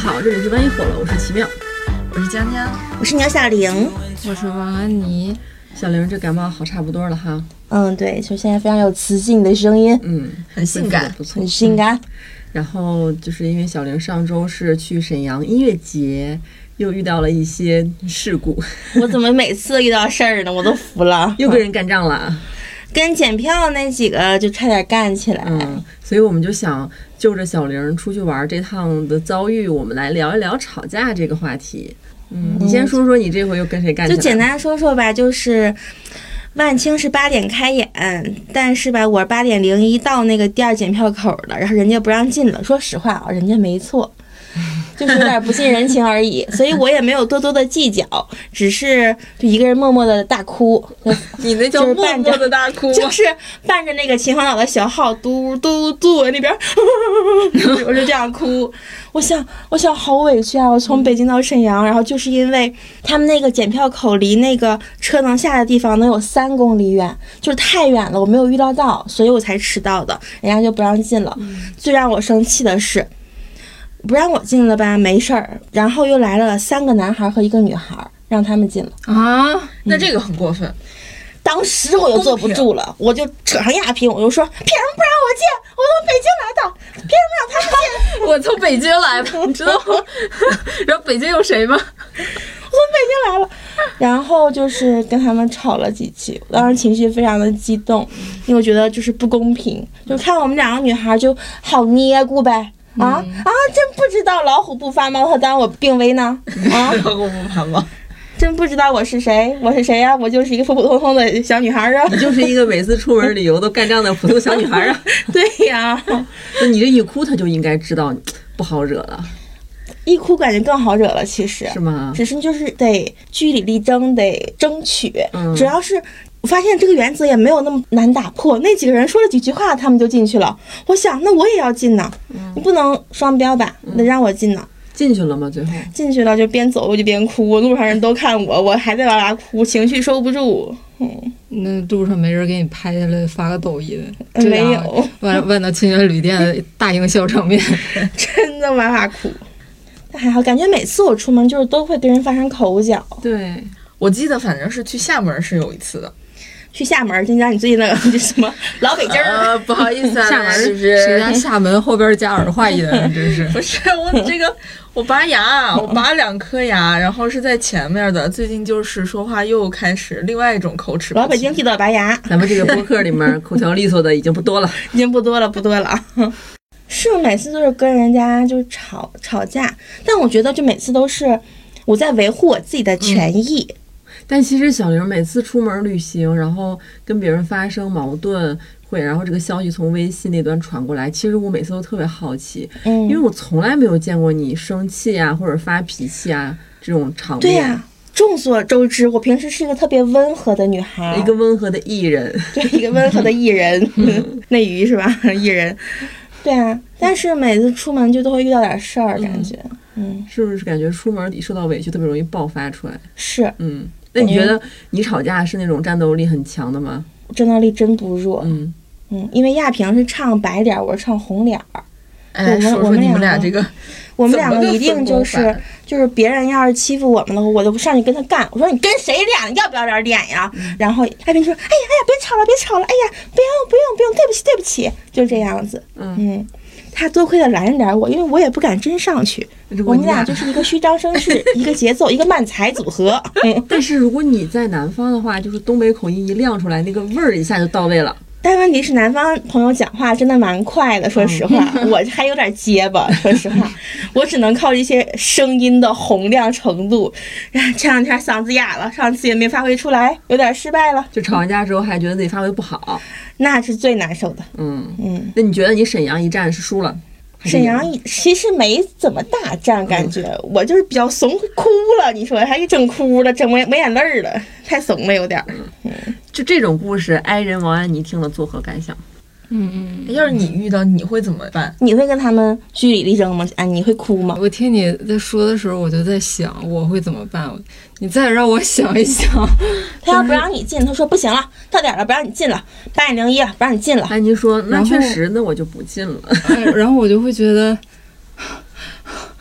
好，这里是万一火了，我是奇妙， 我是江江， 我是牛小玲， 我是王安妮。 小玲这感冒好差不多了哈。 对，就现在非常有磁性的声音， 很性感， 不错， 很性感。 然后就是因为小玲上周是去沈阳音乐节，又遇到了一些事故。 我怎么每次遇到事儿呢？我都服了， 又跟人干仗了。 跟检票那几个就差点干起来。 所以我们就想就着小玲出去玩这趟的遭遇，我们来聊一聊吵架这个话题。你先说说你这回又跟谁干起来了？ 就简单说说吧，就是万清是8点开演，但是吧，我8点01到那个第二检票口了，然后人家不让进了。说实话啊，人家没错。就是有点不近人情而已，所以我也没有多多的计较，只是就一个人默默的大哭。 你那叫默默的大哭， 就是伴着那个秦皇岛的小号嘟嘟嘟那边，我就这样哭。我想好委屈啊！我从北京到沈阳，然后就是因为他们那个检票口离那个车能下的地方能有3公里远，就是太远了，我没有预料到，所以我才迟到的，人家就不让进了。最让我生气的是，不让我进了吧，没事儿，然后又来了3个男孩和1个女孩，让他们进了啊！那这个很过分。 当时我就坐不住了，我就扯上哑屏，我就说凭什么不让我进？我从北京来的，凭什么让他们进？ 我从北京来的，你知道吗？然后北京有谁吗？ 我从北京来了，然后就是跟他们吵了几句，当时情绪非常的激动，因为我觉得就是不公平，就看我们2个女孩就好捏咕呗。真不知道老虎不发猫，它当我病危呢？ 老虎不发猫， 真不知道我是谁？我是谁呀？我就是一个普普通通的小女孩啊！ 你就是一个每次出门旅游都干仗的普通小女孩啊！ 对呀， 那你这一哭，他就应该知道不好惹了。 一哭感觉更好惹了，其实是吗？ 只是就是得据理力争，得争取。主要是我发现这个原则也没有那么难打破。那几个人说了几句话，他们就进去了。我想，那我也要进呢。你不能双标吧？得让我进呢。 进去了吗？最后进去了，就边走就边哭，路上人都看我，我还在哇哇哭，情绪收不住。 那路上没人给你拍下来发个抖音？ 没有。 万达清源旅店大营销场面， 真的哇哇哭。但还好，感觉每次我出门就是都会跟人发生口角。 对， 我记得反正是去厦门是有一次的。 去厦门，就讲你最近那个什么老北京儿。 不好意思啊， 厦门谁家厦门后边加儿化音，真是。 不是我这个，我拔牙，我拔2颗牙，然后是在前面的。最近就是说话又开始另外一种口齿。 老北京地道拔牙。 咱们这个播客里面口条利索的已经不多了， 已经不多了。是每次都是跟人家就吵架，但我觉得就每次都是我在维护我自己的权益。 但其实小玲每次出门旅行，然后跟别人发生矛盾然后这个消息从微信那端传过来，其实我每次都特别好奇，因为我从来没有见过你生气啊或者发脾气啊这种场面。 对呀，众所周知，我平时是一个特别温和的女孩， 一个温和的艺人。 对，一个温和的艺人，内娱是吧？艺人。对啊，但是每次出门就都会遇到点事儿，感觉， 是不是感觉出门受到委屈特别容易爆发出来？ 是， 那你觉得你吵架是那种战斗力很强的吗？ 战斗力真不弱，因为亚萍是唱白脸，我是唱红脸儿。 说说你们俩这个， 我们2个一定就是别人要是欺负我们了，我就上去跟他干。我说你跟谁脸？要不要点脸呀？然后亚萍说：“哎呀，别吵了，哎呀，不用，对不起，就这样子。”他多亏了拦着点我，因为我也不敢真上去。我们俩就是一个虚张声势，一个节奏，一个慢才组合。 但是如果你在南方的话，就是东北口音一亮出来，那个味儿一下就到位了。 但问题是南方朋友讲话真的蛮快的，说实话，我还有点结巴。说实话，我只能靠一些声音的洪亮程度。这2天嗓子哑了，上次也没发挥出来，有点失败了。 就吵完架之后还觉得自己发挥不好， 那是最难受的。 那你觉得你沈阳一战是输了？ 沈阳其实没怎么大战，感觉我就是比较怂，哭了。你说还整哭了，整没眼泪了，太怂了有点。 就这种故事，爱人王安妮听了作何感想？ 要是你遇到，你会怎么办？ 你会跟他们据理力争吗？你会哭吗？ 我听你在说的时候，我就在想我会怎么办。你再让我想一想。 他要不让你进，他说不行了，到点了不让你进了，8点01了不让你进了。 安妮说那确实，那我就不进了。 然后我就会觉得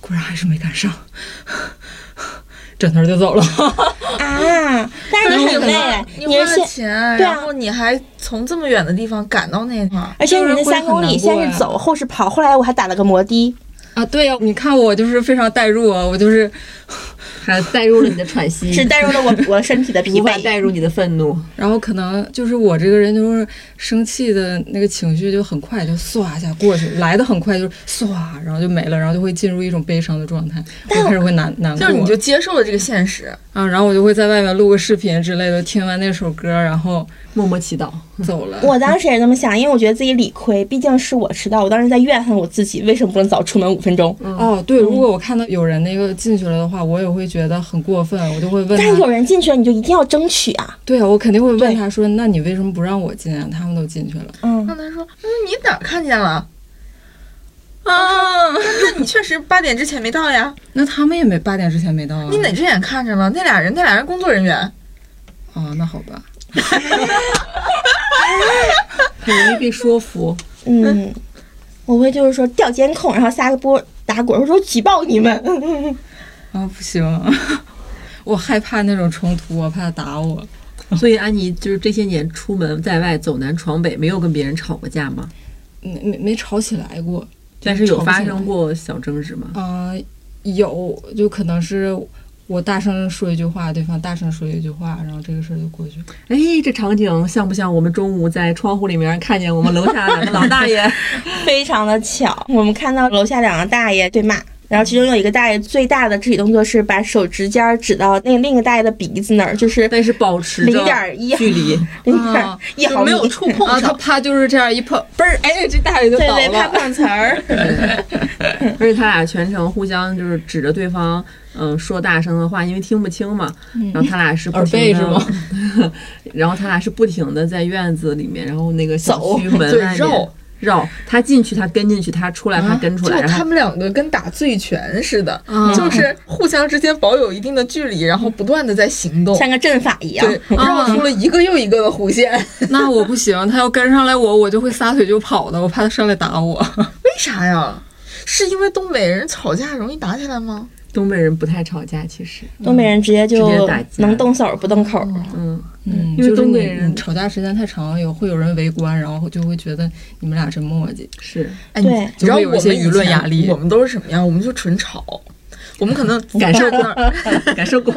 果然还是没赶上，转头就走了。 啊！但是你很累， 你花是了钱， 对啊， 然后你还从这么远的地方赶到那块儿， 而且你那3公里先是走，后是跑，后来我还打了个摩的。 啊，对呀、你看我就是非常代入啊，我就是还带入了你的喘息， 是带入了我身体的疲无法惫， 带入你的愤怒。 然后可能就是我这个人就是生气的那个情绪就很快就唰一下过去，来的很快就是唰，然后就没了，然后就会进入一种悲伤的状态，我开始会难过， 就是你就接受了这个现实啊，然后我就会在外面录个视频之类的，听完那首歌，然后默默祈祷走了。 我当时也这么想，因为我觉得自己理亏，毕竟是我迟到，我当时在怨恨我自己为什么不能早出门5分钟。 哦，对，如果我看到有人那个进去了的话，我也会觉得很过分，我就会问他。 但是有人进去了，你就一定要争取啊！ 对啊，我肯定会问他说：“那你为什么不让我进啊？他们都进去了。” 嗯， 让他说，你哪儿看见了？ 啊， 那你确实8点之前没到呀。 那他们也没8点之前没到啊。 你哪只眼看着了？那俩人工作人员。 哦，那好吧。 很容易被说服。 嗯，我会就是说调监控，然后撒个波打滚，说举报你们。 啊，不行，我害怕那种冲突，我怕他打我。 所以安妮就是这些年出门在外走南闯北，没有跟别人吵过架吗？ 没吵起来过， 但是有发生过小争执吗？ 有，就可能是我大声说一句话，对方大声说一句话，然后这个事儿就过去了。 哎，这场景像不像我们中午在窗户里面看见我们楼下两个老大爷？ 非常的巧，我们看到楼下2个大爷对骂。然后其中有一个大爷最大的肢体动作是把手指尖指到那另一个大爷的鼻子那儿，就是但是保持着 0.1 距离 ，0.1毫米， 没有触碰啊， 上。 他怕就是这样一碰，嘣儿，哎，这大爷就倒了。 对，怕碰瓷儿。 而且他俩全程互相就是指着对方，说大声的话，因为听不清嘛。然后他俩是不耳背是停的吗？ 然后他俩是不停的在院子里面，然后那个小区门对外面绕，他进去他跟进去，他出来他跟出来， 就他们2个跟打醉拳似的， 啊就是互相之间保有一定的距离，然后不断的在行动， 像个阵法一样。 对，绕出了一个又一个的弧线。 那我不行，他要跟上来我就会撒腿就跑的，我怕他上来打我。 为啥呀？是因为东北人吵架容易打起来吗？ 东北人不太吵架，其实东北人直接就直接打架能动手不动口。 因为就是东北人你吵架时间太长，会有人围观，然后就会觉得你们俩真磨叽。 是哎， 对你知道就会有一些舆论压力我们都是什么样？我们就纯吵，我们可能感受过站那儿感受过，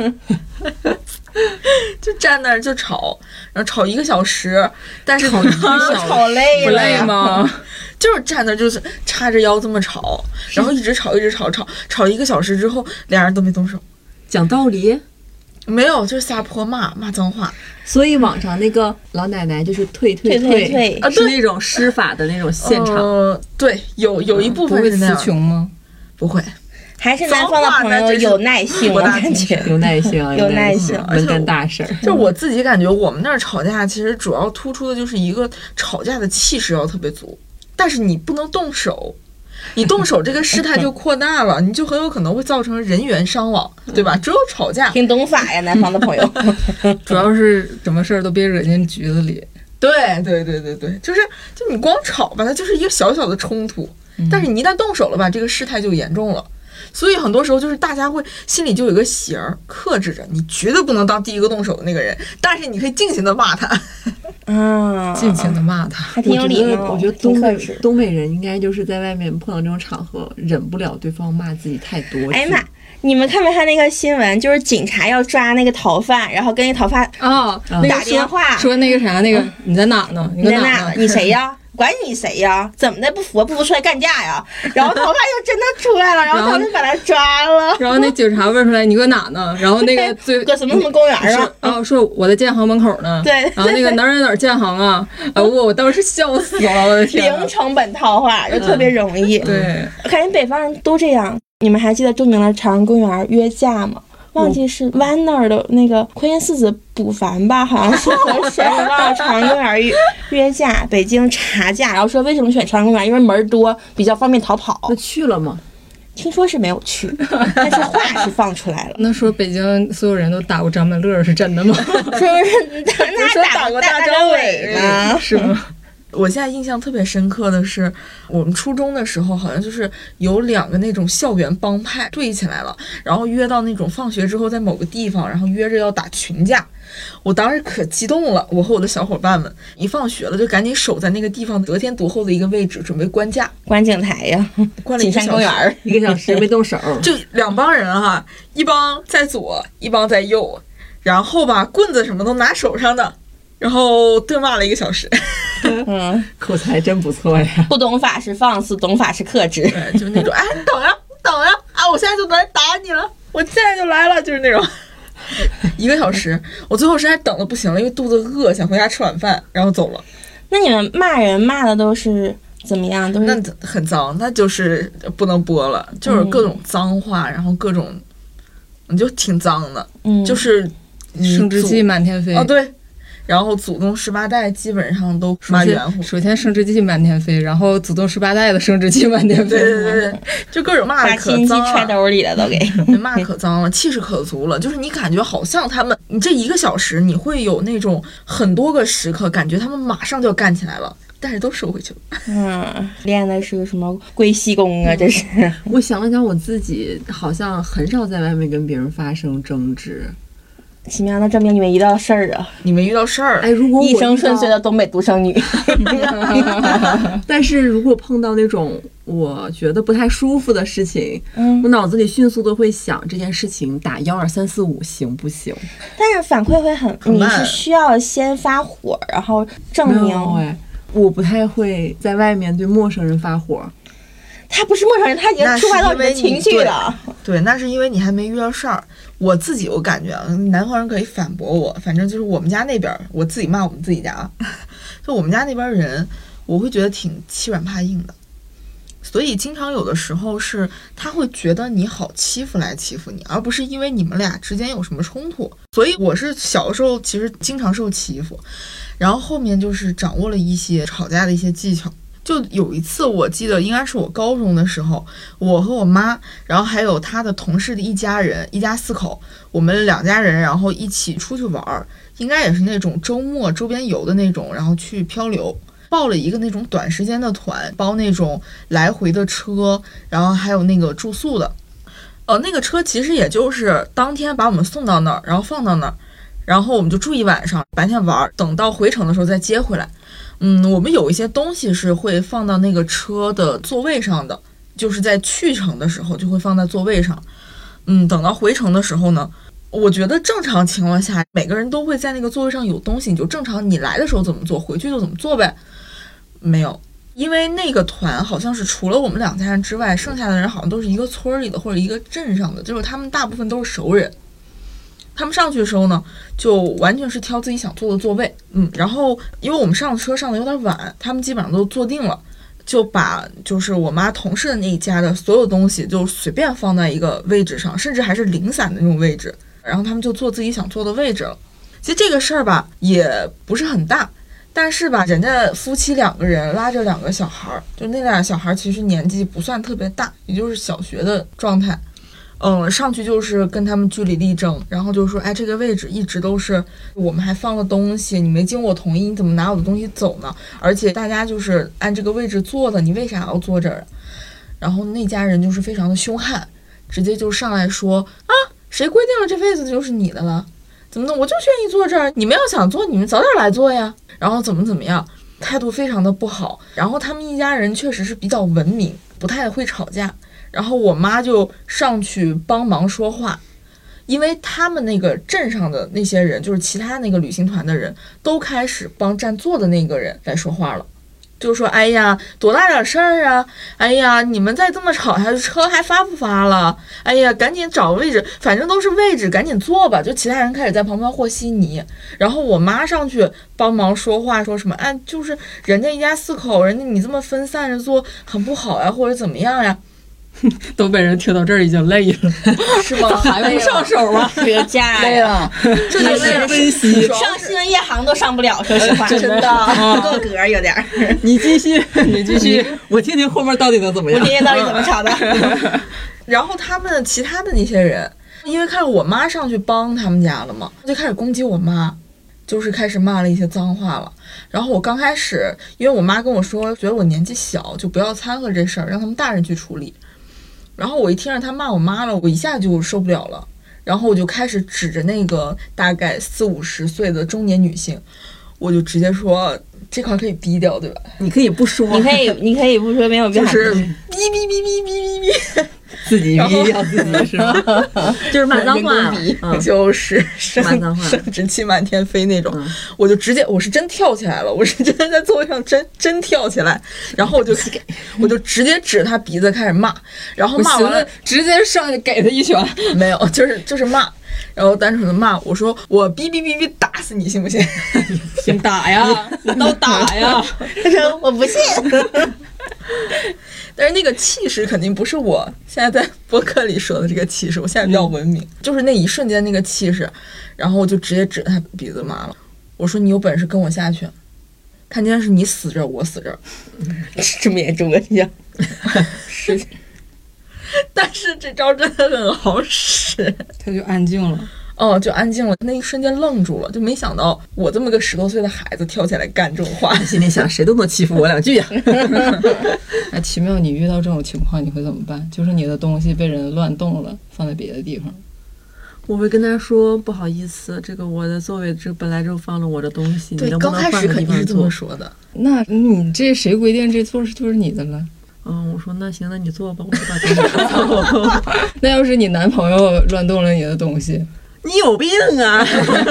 就站那儿就吵，然后吵1个小时，但是吵吵累不累了吗？就是站那儿就是叉着腰这么吵，然后一直吵1个小时之后，俩人都没动手， 讲道理。 没有，就是撒泼骂脏话。 所以网上那个老奶奶就是退退啊是那种施法的那种现场。 对，有一部不会词分是那样。 穷吗？ 不会， 还是南方的朋友有耐性，我感觉有耐心啊， 有耐心能干大事儿。 就我自己感觉，我们那儿吵架其实主要突出的就是一个吵架的气势要特别足，但是你不能动手。你动手，这个事态就扩大了，你就很有可能会造成人员伤亡，对吧？只有吵架， 听懂法呀，南方的朋友。 主要是什么事儿都别惹进局子里。 对，就你光吵吧，它就是一个小小的冲突，但是你一旦动手了吧，这个事态就严重了。所以很多时候就是大家会心里就有一个弦儿克制着，你绝对不能当第一个动手的那个人，但是你可以尽情的骂他， 尽情的骂他， 还挺有礼貌。 我觉得东北人应该就是在外面碰到这种场合，忍不了对方骂自己太多。 哎呀妈！你们看没看那个新闻？就是警察要抓那个逃犯，然后跟那逃犯打电话说那个啥，那个你在哪呢？ 你在哪呢？你谁呀？管你谁呀？怎么的不服出来干架呀？然后逃犯就真的出来了，然后他们把他抓了。 然后那警察问出来你搁哪呢？然后那个搁什么公园啊？说我在建行门口呢。 对。 然后那个哪儿建行啊？我当时笑死了，我的天！ 零成本套话就特别容易。 对， 我感觉北方人都这样。你们还记得著名的朝阳公园约架吗？忘记是湾那儿的那个昆仑四子卜凡吧，好像是和谁忘了朝阳公园约架，北京查架，然后说为什么选朝阳公园，因为门多，比较方便逃跑。 那去了吗？ 听说是没有去，但是话是放出来了。 那说北京所有人都打过张本乐是真的吗？ 说他打过大张伟呢？ 是吗？ 我现在印象特别深刻的是，我们初中的时候好像就是有2个那种校园帮派对起来了，然后约到那种放学之后在某个地方，然后约着要打群架。我当时可激动了，我和我的小伙伴们一放学了就赶紧守在那个地方得天独厚的一个位置，准备关架。 观景台呀， 关了1个小时， 景山公园 1个小时没动手， 就2帮人哈，一帮在左，一帮在右，然后吧棍子什么都拿手上的，然后对骂了1个小时。 口才真不错呀。 不懂法是放肆，懂法是克制。 对，就是那种哎，你等呀，等呀，啊，我现在就来打你了，我现在就来了，就是那种。1个小时，我最后实在等的不行了，因为肚子饿，想回家吃晚饭，然后走了。 那你们骂人骂的都是怎么样？都是那很脏，那就是不能播了，就是各种脏话，然后各种，你就挺脏的，就是生殖器满天飞。 哦，对。然后祖宗18代基本上都骂圆乎。 首先生殖器满天飞，然后祖宗18代的生殖器满天飞。 对，就各种骂的可脏了， 把亲戚揣兜里了都给。 骂可脏了，气势可足了，就是你感觉好像他们，你这1个小时你会有那种很多个时刻，感觉他们马上就要干起来了，但是都收回去了。 练的是什么龟息功啊？这是。 我想了想，我自己好像很少在外面跟别人发生争执。 奇妙，那证明你没遇到事儿啊！ 你没遇到事儿， 哎，如果我一生顺遂的东北独生女。 但是如果碰到那种我觉得不太舒服的事情，我脑子里迅速的会想这件事情打12345行不行？ 但是反馈会很你是需要先发火，然后证明。 哎，我不太会在外面对陌生人发火。 他不是陌生人，他已经触发到你的情绪了。 对，那是因为你还没遇到事儿。我自己我感觉南方人可以反驳我，反正就是我们家那边，我自己骂我们自己家，就我们家那边人，我会觉得挺欺软怕硬的，所以经常有的时候是他会觉得你好欺负来欺负你，而不是因为你们俩之间有什么冲突。所以我是小的时候其实经常受欺负，然后后面就是掌握了一些吵架的一些技巧。就有一次我记得应该是我高中的时候，我和我妈，然后还有她的同事的一家人，一家4口，我们2家人然后一起出去玩，应该也是那种周末周边游的那种，然后去漂流，报了一个那种短时间的团，包那种来回的车，然后还有那个住宿的。那个车其实也就是当天把我们送到那儿，然后放到那儿，然后我们就住1晚上，白天玩，等到回程的时候再接回来。我们有一些东西是会放到那个车的座位上的，就是在去程的时候就会放在座位上。等到回程的时候呢，我觉得正常情况下每个人都会在那个座位上有东西，你就正常你来的时候怎么做，回去就怎么做呗。没有，因为那个团好像是除了我们2家人之外，剩下的人好像都是一个村里的或者一个镇上的，就是他们大部分都是熟人。他们上去的时候呢，就完全是挑自己想坐的座位，然后因为我们上车上的有点晚，他们基本上都坐定了，就把就是我妈同事的那一家的所有东西就随便放在一个位置上，甚至还是零散的那种位置，然后他们就坐自己想坐的位置了。其实这个事儿吧也不是很大，但是吧人家夫妻2个人拉着2个小孩，就那俩小孩其实年纪不算特别大，也就是小学的状态。上去就是跟他们据理力争，然后就说，哎，这个位置一直都是我们还放了东西，你没经我同意，你怎么拿我的东西走呢？而且大家就是按这个位置坐的，你为啥要坐这儿？然后那家人就是非常的凶悍，直接就上来说，啊，谁规定了这位子就是你的了？怎么弄？我就愿意坐这儿，你们要想坐，你们早点来坐呀。然后怎么样，态度非常的不好。然后他们一家人确实是比较文明，不太会吵架。然后我妈就上去帮忙说话，因为他们那个镇上的那些人，就是其他那个旅行团的人都开始帮占座的那个人来说话了，就说，哎呀，多大点事儿啊，哎呀，你们再这么吵下去，车还发不发了？哎呀，赶紧找个位置，反正都是位置，赶紧坐吧。就其他人开始在旁边和稀泥，然后我妈上去帮忙说话，说什么，哎，就是人家一家4口，人家你这么分散着坐很不好呀，或者怎么样呀。 都被人听到这儿已经累了， 是吗？ 还不上手啊？ 折价累了， 这就是分析。 上新闻夜航都上不了，说实话， 真的不够格有点。 你继续，你继续，我听听后面到底能怎么样。 我听听到底怎么吵的。 然后他们其他的那些人，因为看我妈上去帮他们家了嘛，就开始攻击我妈。 就是开始骂了一些脏话了。然后我刚开始，因为我妈跟我说，觉得我年纪小，就不要掺和这事儿，让他们大人去处理。然后我一听着他骂我妈了，我一下就受不了了。然后我就开始指着那个大概40-50岁的中年女性，我就直接说这块可以逼掉，对吧？ 你可以不说， 你可以不说，没有必要。 就是哔哔哔哔哔哔哔， 自己逼掉自己是吧？就是骂脏话， 就是骂脏话， 生殖器满天飞那种。我就直接，我是真跳起来了，我是真的在座位上真跳起来，然后我就直接指他鼻子开始骂，然后骂完了直接上去给他一拳， 没有，就是骂。然后单纯的骂我说我哔哔哔哔打死你信不信？ 先打呀，你都打呀！ 他说我不信。 但是那个气势肯定不是我现在在播客里说的这个气势，我现在比较文明，就是那一瞬间那个气势，然后我就直接指他鼻子骂了，我说你有本事跟我下去，看见是你死这儿我死这儿， 这么严重啊？你是。但是这招真的很好使， 他就安静了。 哦，就安静了，那一瞬间愣住了，就没想到我这么个10多岁的孩子跳起来干这种话， 心里想谁都能欺负我2句呀。 哎，奇妙，你遇到这种情况你会怎么办？就是你的东西被人乱动了，放在别的地方。 我会跟他说不好意思，这个我的座位这本来就放了我的东西， 对， 你能不能换个地方坐？ 刚开始肯定是这么说的。 那你这谁规定这座就是你的了？ 我说那行，那你坐吧，我就把东西拿走。 那要是你男朋友乱动了你的东西， 你有病啊！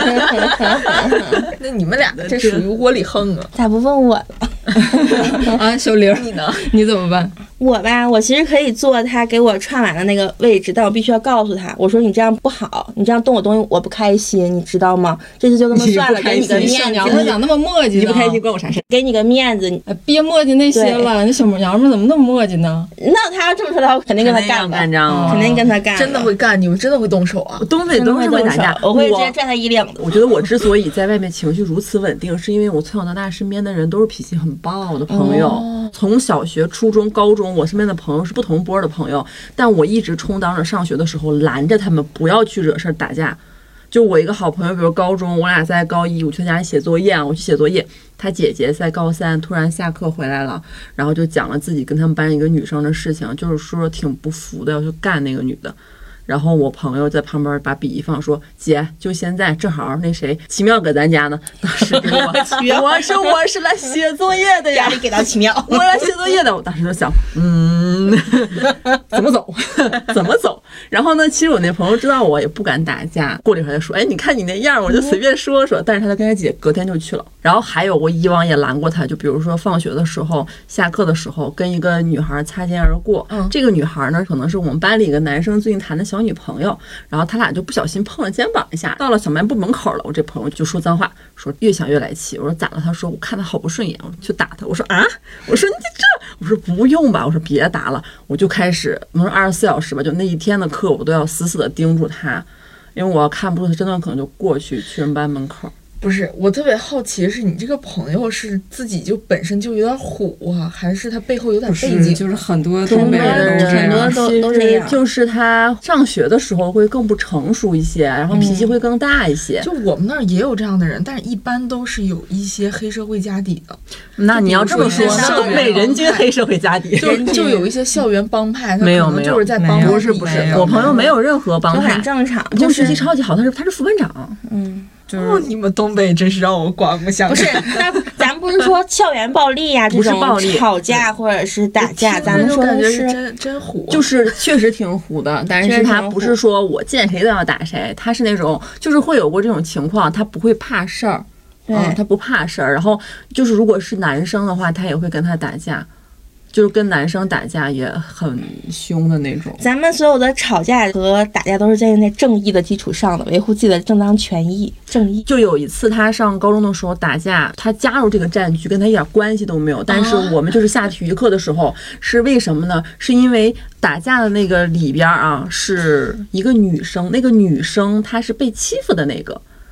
那你们俩这属于窝里横啊！ 咋不问我了？ 啊，小玲， 你呢？ 你怎么办？ 我吧，我其实可以坐他给我串完的那个位置，但我必须要告诉他，我说你这样不好，你这样动我东西我不开心，你知道吗？这次就这么算了，给你个面子。 娘们咋那么磨叽呢？ 你不开心关我啥事？ 给你个面子， 别磨叽那些了，那小娘们怎么那么磨叽呢？ 那他要这么说的话，我肯定跟他干吧，肯定跟他干， 真的会干，你们真的会动手啊？ 东北都是会打架， 我会直接拽他衣领子。 我觉得我之所以在外面情绪如此稳定，是因为我从小到大身边的人都是脾气很暴的朋友。从小学、初中、高中，我身边的朋友是不同波的朋友，但我一直充当着上学的时候拦着他们不要去惹事儿打架。就我一个好朋友，比如高中，我俩在高1，我去家里写作业啊，我去写作业，他姐姐在高3突然下课回来了，然后就讲了自己跟他们班一个女生的事情，就是说挺不服的，要去干那个女的。然后我朋友在旁边把笔一放，说：“姐，就现在正好那谁奇妙搁咱家呢。”当时给我是来写作业的呀， 压力给到奇妙， 我来写作业的。我当时就想，怎么走？怎么走？然后呢，其实我那朋友知道我也不敢打架，过了一会儿就说：“哎，你看你那样，我就随便说说。”但是他跟他姐隔天就去了。然后还有我以往也拦过他，就比如说放学的时候、下课的时候，跟一个女孩擦肩而过。这个女孩呢，可能是我们班里一个男生最近谈的小女朋友，然后他俩就不小心碰了肩膀一下。到了小卖部门口了，我这朋友就说脏话，说越想越来气。我说咋了？他说我看他好不顺眼，我就打他。我说啊，我说你这，我说不用吧，我说别打了。我就开始，我说24小时吧，就那一天的课我都要死死的盯住他，因为我要看不住他，真的可能就过去人班门口。 不是，我特别好奇的是，你这个朋友是自己就本身就有点虎啊，还是他背后有点背景？ 就是很多东北人， 很多都这样。 就是他上学的时候会更不成熟一些，然后脾气会更大一些。 就我们那儿也有这样的人，但是一般都是有一些黑社会家底的。 那你要这么说，那东北人均黑社会家底， 就有一些校园帮派， 没有就是在帮不是，我朋友没有任何帮派， 很正常。 就是脾气超级好，他是副班长， 就是你们东北真是让我刮目相看。 不是，咱不是说校园暴力呀，这种吵架或者是打架，咱们说的是真虎， 就是确实挺虎的，但是他不是说我见谁都要打谁，他是那种就是会有过这种情况，他不会怕事儿，他不怕事儿，然后就是如果是男生的话，他也会跟他打架。就是跟男生打架也很凶的那种。 咱们所有的吵架和打架都是建立在正义的基础上的，维护自己的正当权益。正义。 就有一次他上高中的时候打架，他加入这个战局跟他一点关系都没有，但是我们就是下体育课的时候，是为什么呢？是因为打架的那个里边啊是一个女生，那个女生她是被欺负的那个。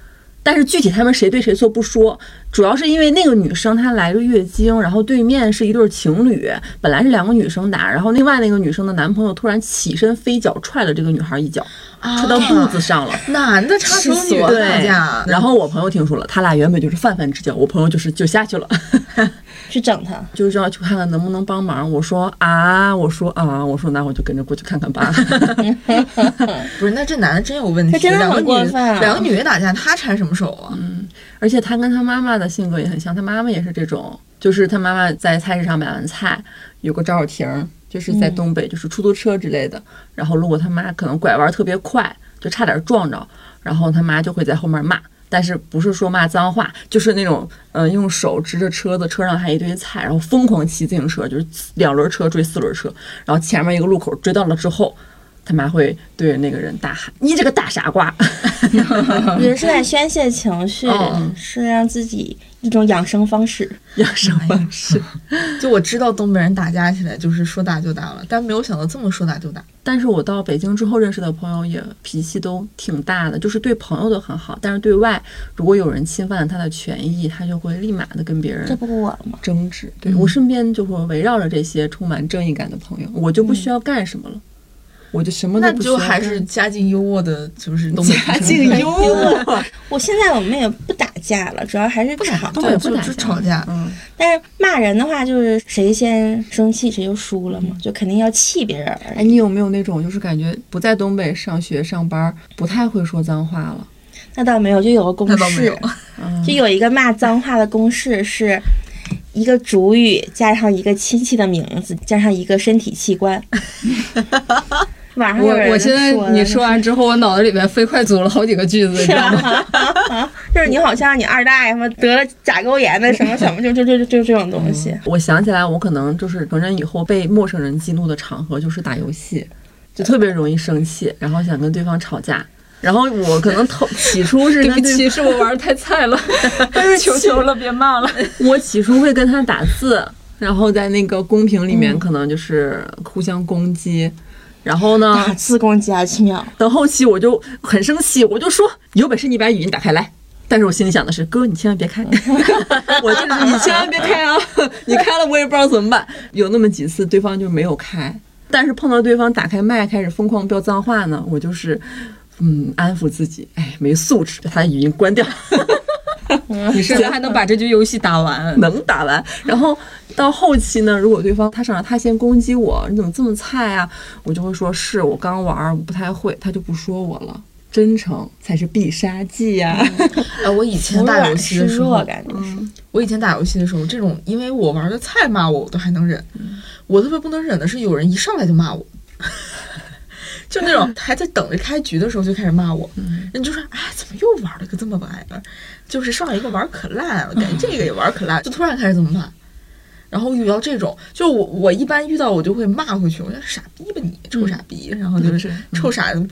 但是具体他们谁对谁错不说，主要是因为那个女生她来着月经，然后对面是一对情侣，本来是2个女生打，然后另外那个女生的男朋友突然起身飞脚踹了这个女孩一脚，踹到肚子上了。 男的插手女的打架， 然后我朋友听说了，他俩原本就是泛泛之交，我朋友就下去了。 去整他， 就是要去看看能不能帮忙。我说那我就跟着过去看看吧。 不是，那这男的真有问题， 他真的很过分啊。 2个女的打架，他插什么手啊？ 而且他跟他妈妈的性格也很像，他妈妈也是这种，就是他妈妈在菜市场买完菜，有个招手亭，就是在东北，就是出租车之类的。然后如果他妈可能拐弯特别快，就差点撞着，然后他妈就会在后面骂。但是不是说骂脏话，就是那种用手支着车子，车上还一堆菜，然后疯狂骑自行车，就是2轮车追4轮车，然后前面一个路口追到了之后，他妈会对着那个人大喊：“你这个大傻瓜！” 人是在宣泄情绪，是让自己一种养生方式。 就我知道东北人打架起来就是说打就打了，但没有想到这么说打就打。 但是我到北京之后认识的朋友也脾气都挺大的，就是对朋友都很好，但是对外如果有人侵犯了他的权益，他就会立马的跟别人这不我吗？ 争执。对，我身边就会围绕着这些充满正义感的朋友，我就不需要干什么了。我就什么都不需要， 那就还是家境优渥的，就是东北家境优渥。 我现在我们也不打架了，主要还是吵， 对，不打吵架。 但是骂人的话，就是谁先生气谁就输了嘛，就肯定要气别人。 哎，你有没有那种就是感觉不在东北上学上班，不太会说脏话了？ 那倒没有，就有个公式，就有一个骂脏话的公式是。一个主语加上一个亲戚的名字加上一个身体器官。网上有人我现在你说完之后，我脑子里面飞快组了好几个句子，你知道吗？ 就是你好像你二大爷什么得了甲沟炎的什么什么，就这种东西。 我想起来，我可能就是成人以后被陌生人激怒的场合就是打游戏，就特别容易生气，然后想跟对方吵架。然后我可能起初是对不起，是我玩的太菜了，求了，别骂了。 我起初会跟他打字，然后在那个公屏里面可能就是互相攻击，然后呢打字攻击还奇妙。 等后期我就很生气，我就说有本事你把语音打开来。但是我心里想的是，哥你千万别开，我就是你千万别开啊！你开了我也不知道怎么办。有那么几次对方就没有开，但是碰到对方打开麦开始疯狂飙脏话呢，我就是安抚自己，哎，没素质，把他的语音关掉。 你甚至还能把这局游戏打完， 能打完。然后到后期呢，如果对方他先攻击我，你怎么这么菜啊？我就会说是我刚玩，我不太会，他就不说我了。真诚才是必杀技呀！ 我以前打游戏的时候， 我以前打游戏的时候，这种因为我玩的菜骂我都还能忍，我特别不能忍的是有人一上来就骂我。就那种还在等着开局的时候就开始骂我，人就说哎，怎么又玩了个这么玩意儿？就是上一个玩可烂了，感觉这个也玩可烂，就突然开始这么骂。然后遇到这种，就我一般遇到我就会骂回去，我说傻逼吧你，臭傻逼，然后就是臭傻子，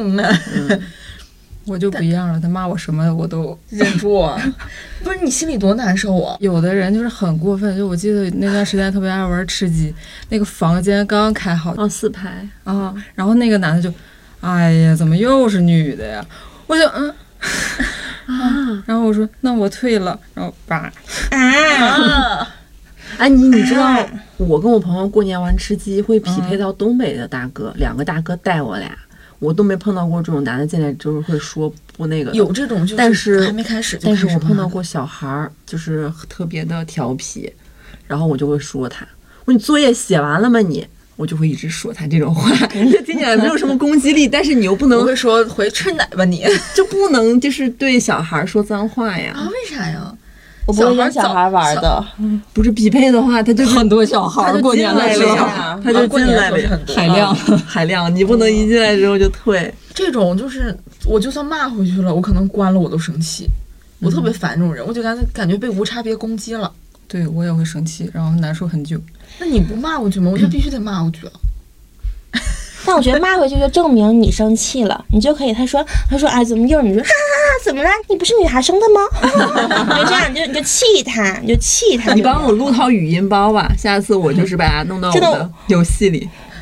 我就不一样了，他骂我什么我都忍住啊。不是你心里多难受啊！ 有的人就是很过分，就我记得那段时间特别爱玩吃鸡，那个房间刚刚开好 4排啊，然后那个男的就，哎呀，怎么又是女的呀？我就然后我说那我退了，然后哎，你知道我跟我朋友过年玩吃鸡会匹配到东北的大哥，2个大哥带我俩。我都没碰到过这种男的进来就是会说不那个， 有这种就是， 但是还没开始， 但是我碰到过小孩就是特别的调皮，然后我就会说他，我说你作业写完了吗你？我就会一直说他这种话，这听起来没有什么攻击力，但是你又不能会说回吃奶吧你， 就不能就是对小孩说脏话呀？ 啊，为啥呀？ 我不会跟小孩玩的， 不是匹配的话，他就很多小孩过年的时候他就进来了，海量，你不能一进来之后就退。 这种就是我就算骂回去了，我可能关了我都生气，我特别烦这种人，我就感觉被无差别攻击了。 对我也会生气，然后难受很久。 那你不骂回去吗？我就必须得骂回去了。 但我觉得骂回去就证明你生气了，你就可以他说哎怎么又你说怎么了？你不是女孩生的吗？就这样你就气他， 你帮我录套语音包吧，下次我就是把它弄到我的游戏里。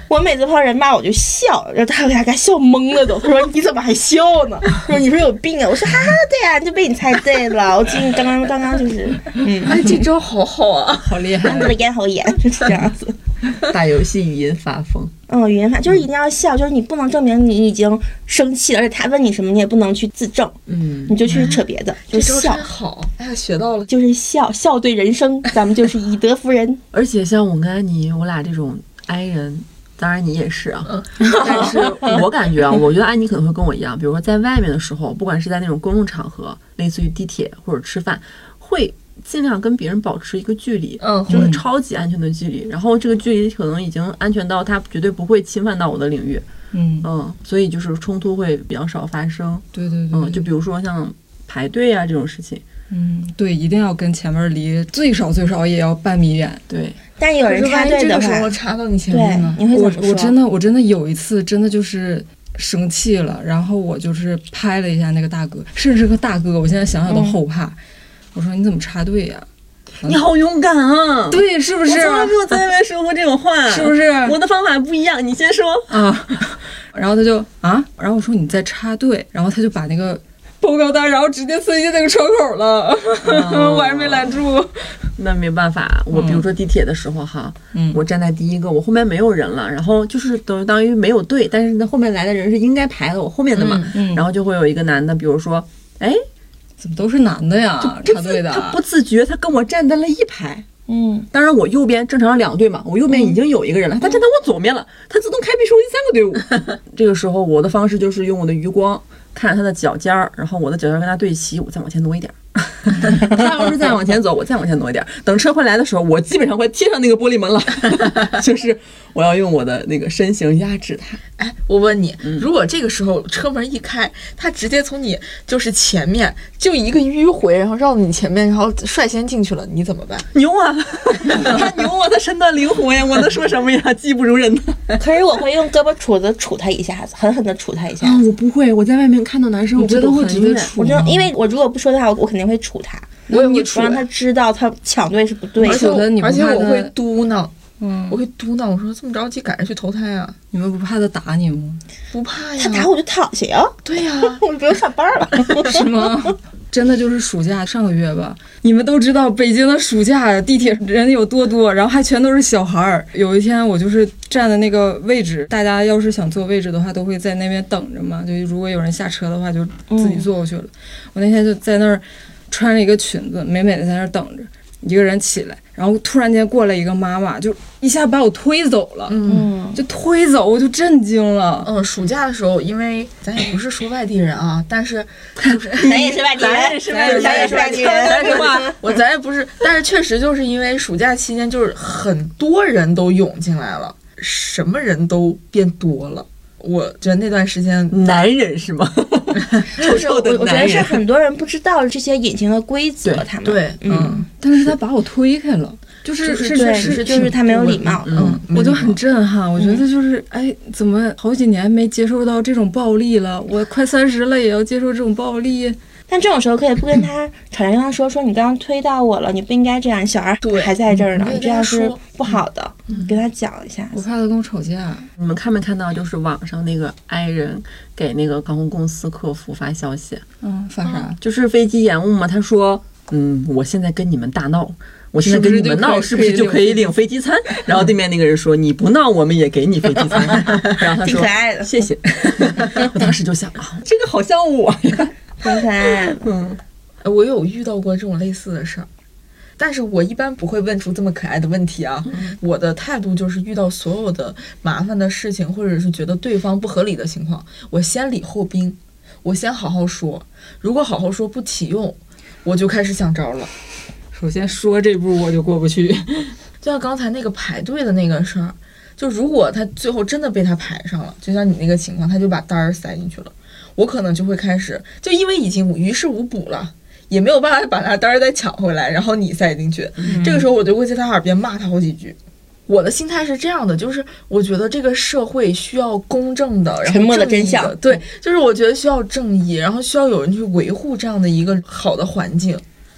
我每次碰到人骂我就笑，然后他给笑懵了都。他说你怎么还笑呢？他说你说有病啊？我说哈哈对呀，就被你猜对了。我记得刚刚就是哎，这招好好啊， 好厉害！ 我的咽喉炎就是这样子。 打游戏语音发疯。 语音发就是一定要笑，就是你不能证明你已经生气了，而且他问你什么你也不能去自证，你就去扯别的，就笑。 好，哎呀，学到了， 就是笑对人生，咱们就是以德服人。 而且像我跟安妮，我俩这种 I 人，当然你也是啊，但是我感觉啊，我觉得安妮可能会跟我一样，比如说在外面的时候，不管是在那种公共场合，类似于地铁或者吃饭，会尽量跟别人保持一个距离，就是超级安全的距离。然后这个距离可能已经安全到他绝对不会侵犯到我的领域，所以就是冲突会比较少发生。 对对对， 就比如说像排队啊这种事情， 对，一定要跟前面离最少也要半米远。 对， 但有人插队的话， 插到你前面呢， 你会怎么说？ 我真的有一次真的就是生气了，然后我就是拍了一下那个大哥，甚至是个大哥，我现在想想都后怕。我说你怎么插队呀？ 你好勇敢啊！ 对，是不是？ 我从来没有在外面说过这种话， 是不是？ 我的方法不一样，你先说啊。然后他就然后我说你在插队，然后他就把那个报告单，然后直接塞进那个窗口了，我还没拦住。 那没办法，我比如说地铁的时候哈，我站在第一个，我后面没有人了，然后就是等于没有队，但是那后面来的人是应该排在我后面的嘛，然后就会有一个男的，比如说，哎。 怎么都是男的呀？插队的， 他不自觉，他跟我站在了一排。当然我右边正常两队嘛，我右边已经有一个人了，他站在我左边了，他自动开辟出第三个队伍。这个时候我的方式就是用我的余光看他的脚尖儿，然后我的脚尖跟他对齐，我再往前挪一点。他要是再往前走，我再往前挪一点。等车回来的时候，我基本上会贴上那个玻璃门了，就是我要用我的那个身形压制他。 哎，我问你，如果这个时候车门一开，他直接从你就是前面就一个迂回，然后绕到你前面，然后率先进去了，你怎么办？ 牛啊！他牛啊！他身段灵活呀！我能说什么呀？技不如人呢。 可是我会用胳膊杵子杵他一下子，狠狠的杵他一下子。 我不会，我在外面看到男生，我觉得会直接杵。 我就因为我如果不说的话，我肯定会杵他。我让他知道他抢队是不对的， 而且我会嘟囔，我会嘟囔，我说这么着急赶着去投胎啊？ 你们不怕他打你吗？ 不怕呀， 他打我就躺下呀。 对呀， 我就不用上班了， 是吗？真的就是暑假上个月吧，你们都知道北京的暑假地铁人有多多，然后还全都是小孩儿。有一天我就是站的那个位置，大家要是想坐位置的话，都会在那边等着嘛。就如果有人下车的话，就自己坐过去了。我那天就在那儿。穿着一个裙子，美美的在那儿等着，一个人起来，然后突然间过来一个妈妈，就一下把我推走了，就推走，我就震惊了。 暑假的时候，因为咱也不是说外地人啊，但是就是咱也是外地人，咱也是外地人， 但是话咱也不是，但是确实就是因为暑假期间，就是很多人都涌进来了，什么人都变多了。我觉得那段时间， 男人是吗？ 就是我觉得是很多人不知道这些隐形的规则，他们对， 但是他把我推开了， 就是他没有礼貌， 我就很震撼，我觉得就是怎么好几年没接受到这种暴力了？我快30了也要接受这种暴力。 但这种时候可以不跟他吵架，跟他说你刚刚推到我了，你不应该这样，小孩还在这儿呢，你这样是不好的，跟他讲一下。 我怕他跟我吵架。 你们看没看到，就是网上那个 I 人给那个航空公司客服发消息？ 发啥？ 就是飞机延误嘛，他说，我现在跟你们大闹。我现在跟你们闹，是不是就可以领飞机餐？然后对面那个人说：“你不闹，我们也给你飞机餐。”然后他说：“ 挺可爱的， 谢谢。”我当时就想这个好像我呀， 挺可爱的。 我有遇到过这种类似的事儿，但是我一般不会问出这么可爱的问题啊。我的态度就是遇到所有的麻烦的事情，或者是觉得对方不合理的情况，我先礼后兵，我先好好说。如果好好说不起用，我就开始想招了。 首先说这步我就过不去， 就像刚才那个排队的那个事儿，就如果他最后真的被他排上了，就像你那个情况，他就把单儿塞进去了，我可能就会开始，就因为已经于事无补了，也没有办法把他单儿再抢回来，然后你塞进去，这个时候我就会在他耳边骂他好几句。我的心态是这样的，就是我觉得这个社会需要公正的，然后沉默的真相， 对，就是我觉得需要正义，然后需要有人去维护这样的一个好的环境。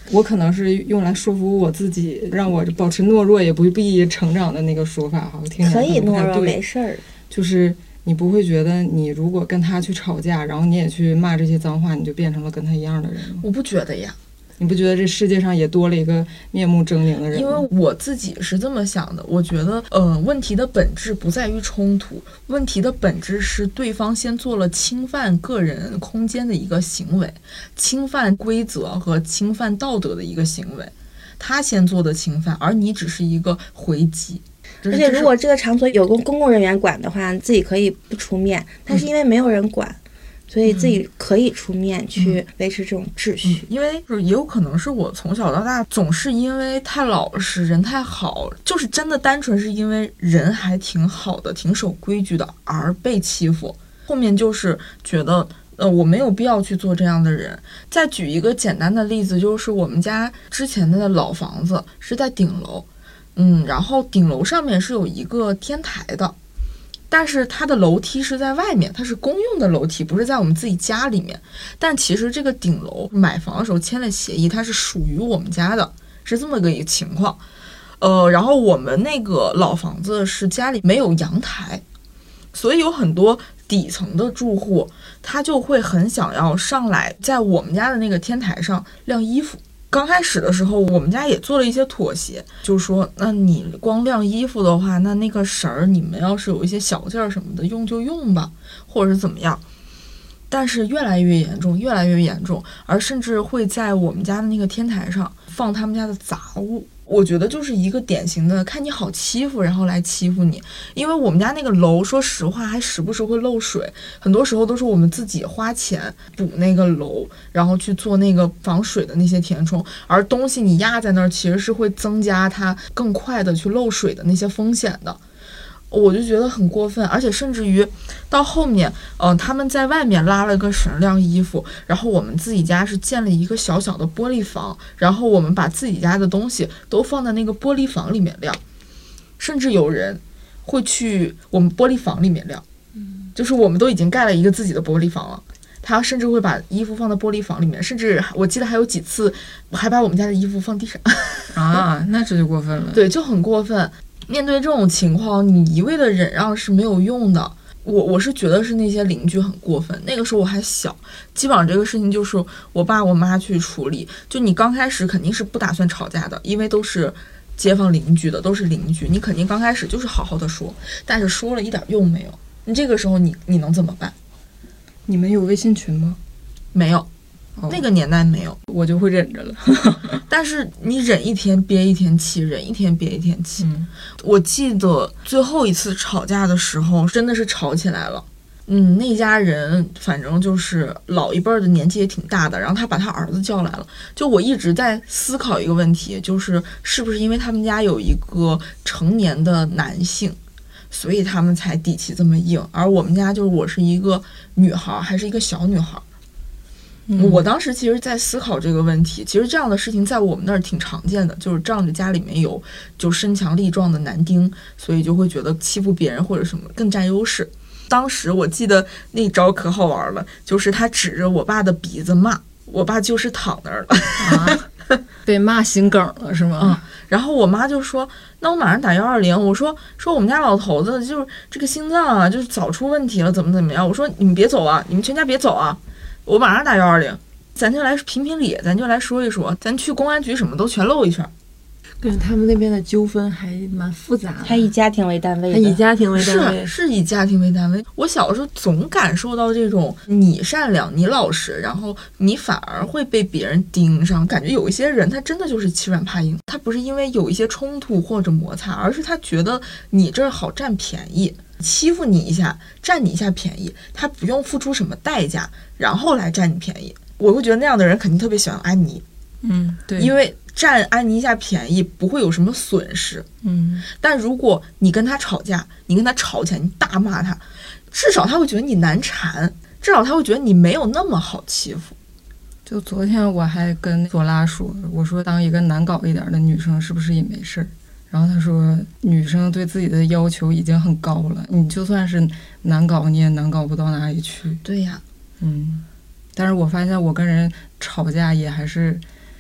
我可能是用来说服我自己，让我保持懦弱也不必成长的那个说法哈，我听起来可以懦弱， 不太对没事儿。 就是你不会觉得你如果跟他去吵架，然后你也去骂这些脏话，你就变成了跟他一样的人吗？ 我不觉得呀。 你不觉得这世界上也多了一个面目狰狞的人吗？ 因为我自己是这么想的，我觉得问题的本质不在于冲突，问题的本质是对方先做了侵犯个人空间的一个行为，侵犯规则和侵犯道德的一个行为，他先做的侵犯，而你只是一个回击。 而且如果这个场所有公共人员管的话，自己可以不出面，但是因为没有人管，所以自己可以出面去维持这种秩序。 因为也有可能是我从小到大总是因为太老实，人太好，就是真的单纯是因为人还挺好的，挺守规矩的而被欺负。后面就是觉得我没有必要去做这样的人。再举一个简单的例子，就是我们家之前的老房子是在顶楼，然后顶楼上面是有一个天台的，但是它的楼梯是在外面，它是公用的楼梯，不是在我们自己家里面。但其实这个顶楼买房的时候签了协议，它是属于我们家的，是这么个一个情况。然后我们那个老房子是家里没有阳台，所以有很多底层的住户，他就会很想要上来在我们家的那个天台上晾衣服。刚开始的时候，我们家也做了一些妥协，就是说，那你光晾衣服的话，那个绳儿你们要是有一些小件儿什么的，用就用吧，或者是怎么样。但是越来越严重，越来越严重，而甚至会在我们家的那个天台上放他们家的杂物。我觉得就是一个典型的看你好欺负，然后来欺负你。因为我们家那个楼，说实话还时不时会漏水，很多时候都是我们自己花钱补那个楼，然后去做那个防水的那些填充，而东西你压在那儿，其实是会增加它更快的去漏水的那些风险的。我就觉得很过分，而且甚至于到后面，他们在外面拉了个绳晾衣服，然后我们自己家是建了一个小小的玻璃房，然后我们把自己家的东西都放在那个玻璃房里面晾，甚至有人会去我们玻璃房里面晾，就是我们都已经盖了一个自己的玻璃房了，他甚至会把衣服放在玻璃房里面，甚至我记得还有几次还把我们家的衣服放地上啊，那这就过分了。 对，就很过分。面对这种情况，你一味的忍让是没有用的。我是觉得是那些邻居很过分。那个时候我还小，基本上这个事情就是我爸我妈去处理。就你刚开始肯定是不打算吵架的，因为都是街坊邻居的，都是邻居，你肯定刚开始就是好好的说，但是说了一点用没有。你这个时候你能怎么办？ 你们有微信群吗？ 没有。那个年代没有， 我就会忍着了。 但是你忍一天憋一天气，忍一天憋一天气。我记得最后一次吵架的时候，真的是吵起来了。那家人反正就是老一辈的，年纪也挺大的，然后他把他儿子叫来了。就我一直在思考一个问题，就是是不是因为他们家有一个成年的男性，所以他们才底气这么硬，而我们家就是我是一个女孩，还是一个小女孩。我当时其实在思考这个问题，其实这样的事情在我们那儿挺常见的，就是仗着家里面有就身强力壮的男丁，所以就会觉得欺负别人或者什么更占优势。当时我记得那招可好玩了，就是他指着我爸的鼻子骂，我爸就是躺那儿了被骂心梗了是吗？ 然后我妈就说那我马上打120。我说我们家老头子就是这个心脏啊就是早出问题了，怎么样。我说你们别走啊，你们全家别走啊，我马上打120，咱就来评评理，咱就来说一说，咱去公安局什么都全露一圈。 感觉他们那边的纠纷还蛮复杂的， 他以家庭为单位的， 他以家庭为单位， 是以家庭为单位。我小时候总感受到这种你善良你老实，然后你反而会被别人盯上，感觉有一些人他真的就是欺软怕硬，他不是因为有一些冲突或者摩擦，而是他觉得你这儿好占便宜，欺负你一下，占你一下便宜，他不用付出什么代价，然后来占你便宜。我会觉得那样的人肯定特别喜欢安妮， 对， 因为占安妮一下便宜不会有什么损失，但如果你跟他吵架，你跟他吵起来，你大骂他，至少他会觉得你难缠，至少他会觉得你没有那么好欺负。 就昨天我还跟左拉说，我说当一个难搞一点的女生是不是也没事儿？然后他说女生对自己的要求已经很高了，你就算是难搞你也难搞不到哪里去。 对呀， 但是我发现我跟人吵架也还是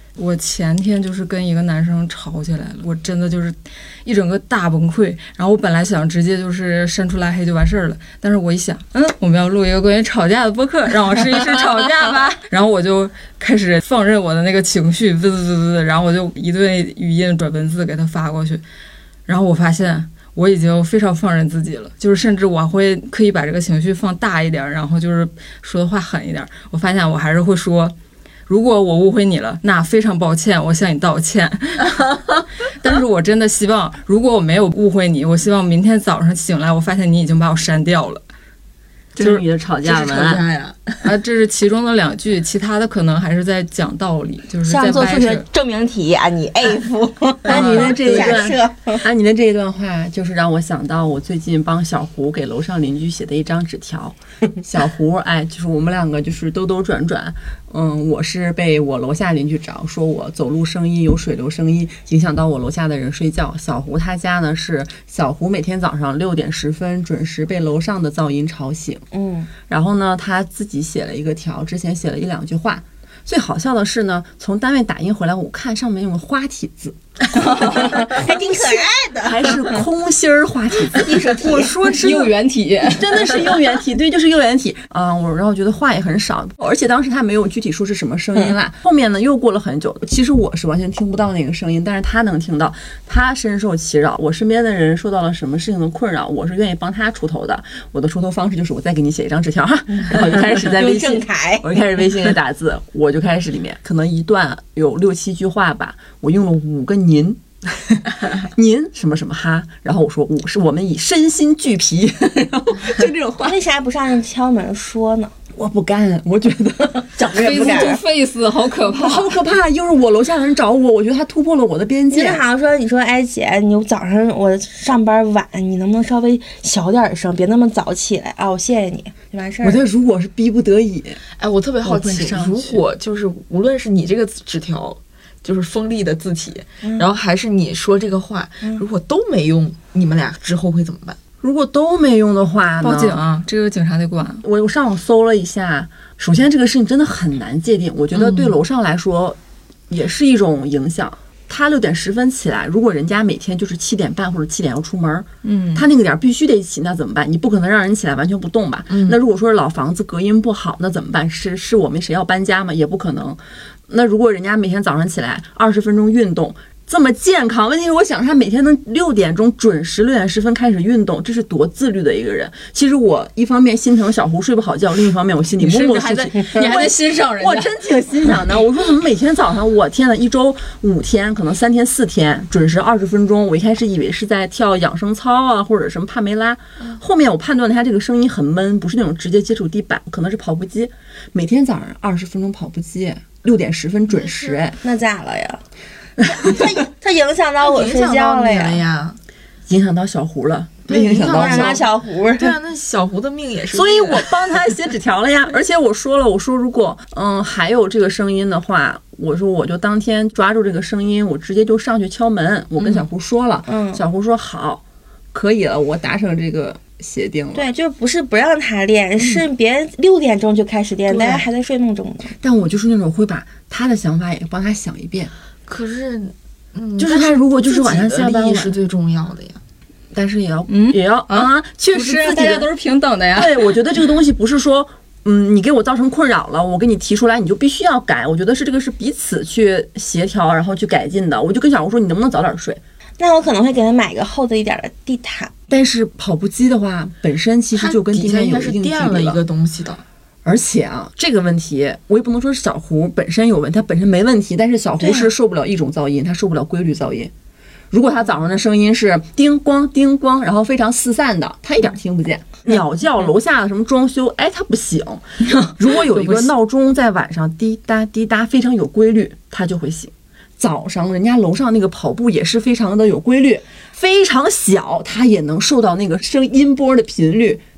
我前天就是跟一个男生吵起来了，我真的就是一整个大崩溃。然后我本来想直接就是删除拉黑就完事儿了，但是我一想，我们要录一个关于吵架的播客，让我试一试吵架吧。然后我就开始放任我的那个情绪，然后我就一顿语音转文字给他发过去。然后我发现我已经非常放任自己了，就是甚至我会刻意把这个情绪放大一点，然后就是说的话狠一点。我发现我还是会说，如果我误会你了，那非常抱歉，我向你道歉。但是我真的希望，如果我没有误会你，我希望明天早上醒来，我发现你已经把我删掉了。 就是你的吵架文呀这是其中的2句，其他的可能还是在讲道理，就是在像做数学掰扯证明题啊，你 F。 你的这一假设段，你的这一段话，就是让我想到我最近帮小胡给楼上邻居写的一张纸条。小胡，就是我们2个就是兜兜转转，我是被我楼下邻居找，说我走路声音有水流声音，影响到我楼下的人睡觉。小胡他家呢是小胡每天早上6点10分准时被楼上的噪音吵醒。然后呢，他自己写了一个条，之前写了1、2句话。最好笑的是呢，从单位打印回来，我看上面用了花体字， 还挺可爱的， 还是空心儿花体字。我说右圆体， 真的是右圆体，对，就是右圆体啊。然后觉得话也很少，而且当时他没有具体说是什么声音啦。后面呢又过了很久，其实我是完全听不到那个声音，但是他能听到，他深受其扰。我身边的人受到了什么事情的困扰，我是愿意帮他出头的。我的出头方式就是我再给你写一张纸条哈，然后就开始在微信，我就开始微信给打字，我就开始里面可能一段有6、7句话吧，我用了5个您。您什么什么哈，然后我说5是我们以身心俱疲，然后就这种话。 为啥不上去敲门说呢？ 我不干，我觉得整个也不敢。 face 好可怕， 好可怕！又是我楼下的人找我，我觉得他突破了我的边界。 就好像说，你说哎姐，你早上我上班晚，你能不能稍微小点声，别那么早起来啊？我谢谢你，就完事儿。 我觉得如果是逼不得已， 我特别好奇，如果就是无论是你这个纸条。就是锋利的字体，然后还是你说这个话，如果都没用，你们俩之后会怎么办？ 如果都没用的话呢？ 报警啊！这个警察得管。 我上网搜了一下，首先这个事情真的很难界定，我觉得对楼上来说也是一种影响。他6点10分起来，如果人家每天就是7点半或者7点要出门，他那个点必须得起，那怎么办？你不可能让人起来完全不动吧？那如果说是老房子隔音不好，那怎么办？是我们谁要搬家吗？也不可能。那如果人家每天早上起来20分钟运动，这么健康，问题是我想他每天能6点钟准时6点10分开始运动，这是多自律的一个人。其实我一方面心疼小胡睡不好觉，另一方面我心里默默还在欣赏人家。 我真挺欣赏的。我说怎么每天早上，我天呐，1周5天，可能3天4天准时20分钟。我一开始以为是在跳养生操啊，或者什么帕梅拉，后面我判断了他这个声音很闷，不是那种直接接触地板，可能是跑步机。每天早上20分钟跑步机，6点10分准时。 那咋了呀？他影响到我睡觉了呀， 影响到小胡了， 对， 影响到小胡。 对啊，那小胡的命也是。 所以我帮他写纸条了呀。而且我说了，我说如果还有这个声音的话，我说我就当天抓住这个声音，我直接就上去敲门。我跟小胡说了，小胡说好，可以了，我达成这个协定了。 对，就不是不让他练，是别人6点钟就开始练，大家还在睡梦中呢。 但我就是那种会把他的想法也帮他想一遍。 可是， 就是他如果就是晚上下班是最重要的呀。 但是也要确实大家都是平等的呀。 对，我觉得这个东西不是说你给我造成困扰了，我给你提出来你就必须要改。我觉得是这个是彼此去协调，然后去改进的。我就跟小胡说，你能不能早点睡？ 那我可能会给他买一个厚的一点的地毯。 但是跑步机的话，本身其实就跟地面有一定距离了一个东西的。 而且这个问题我也不能说是小胡本身有问题，他本身没问题，但是小胡是受不了一种噪音，他受不了规律噪音。如果他早上的声音是叮咣叮咣，然后非常四散的，他一点听不见。鸟叫，楼下的什么装修，他不醒。如果有一个闹钟在晚上滴答滴答非常有规律，他就会醒。早上人家楼上那个跑步也是非常的有规律，非常小，他也能受到那个声音波的频率，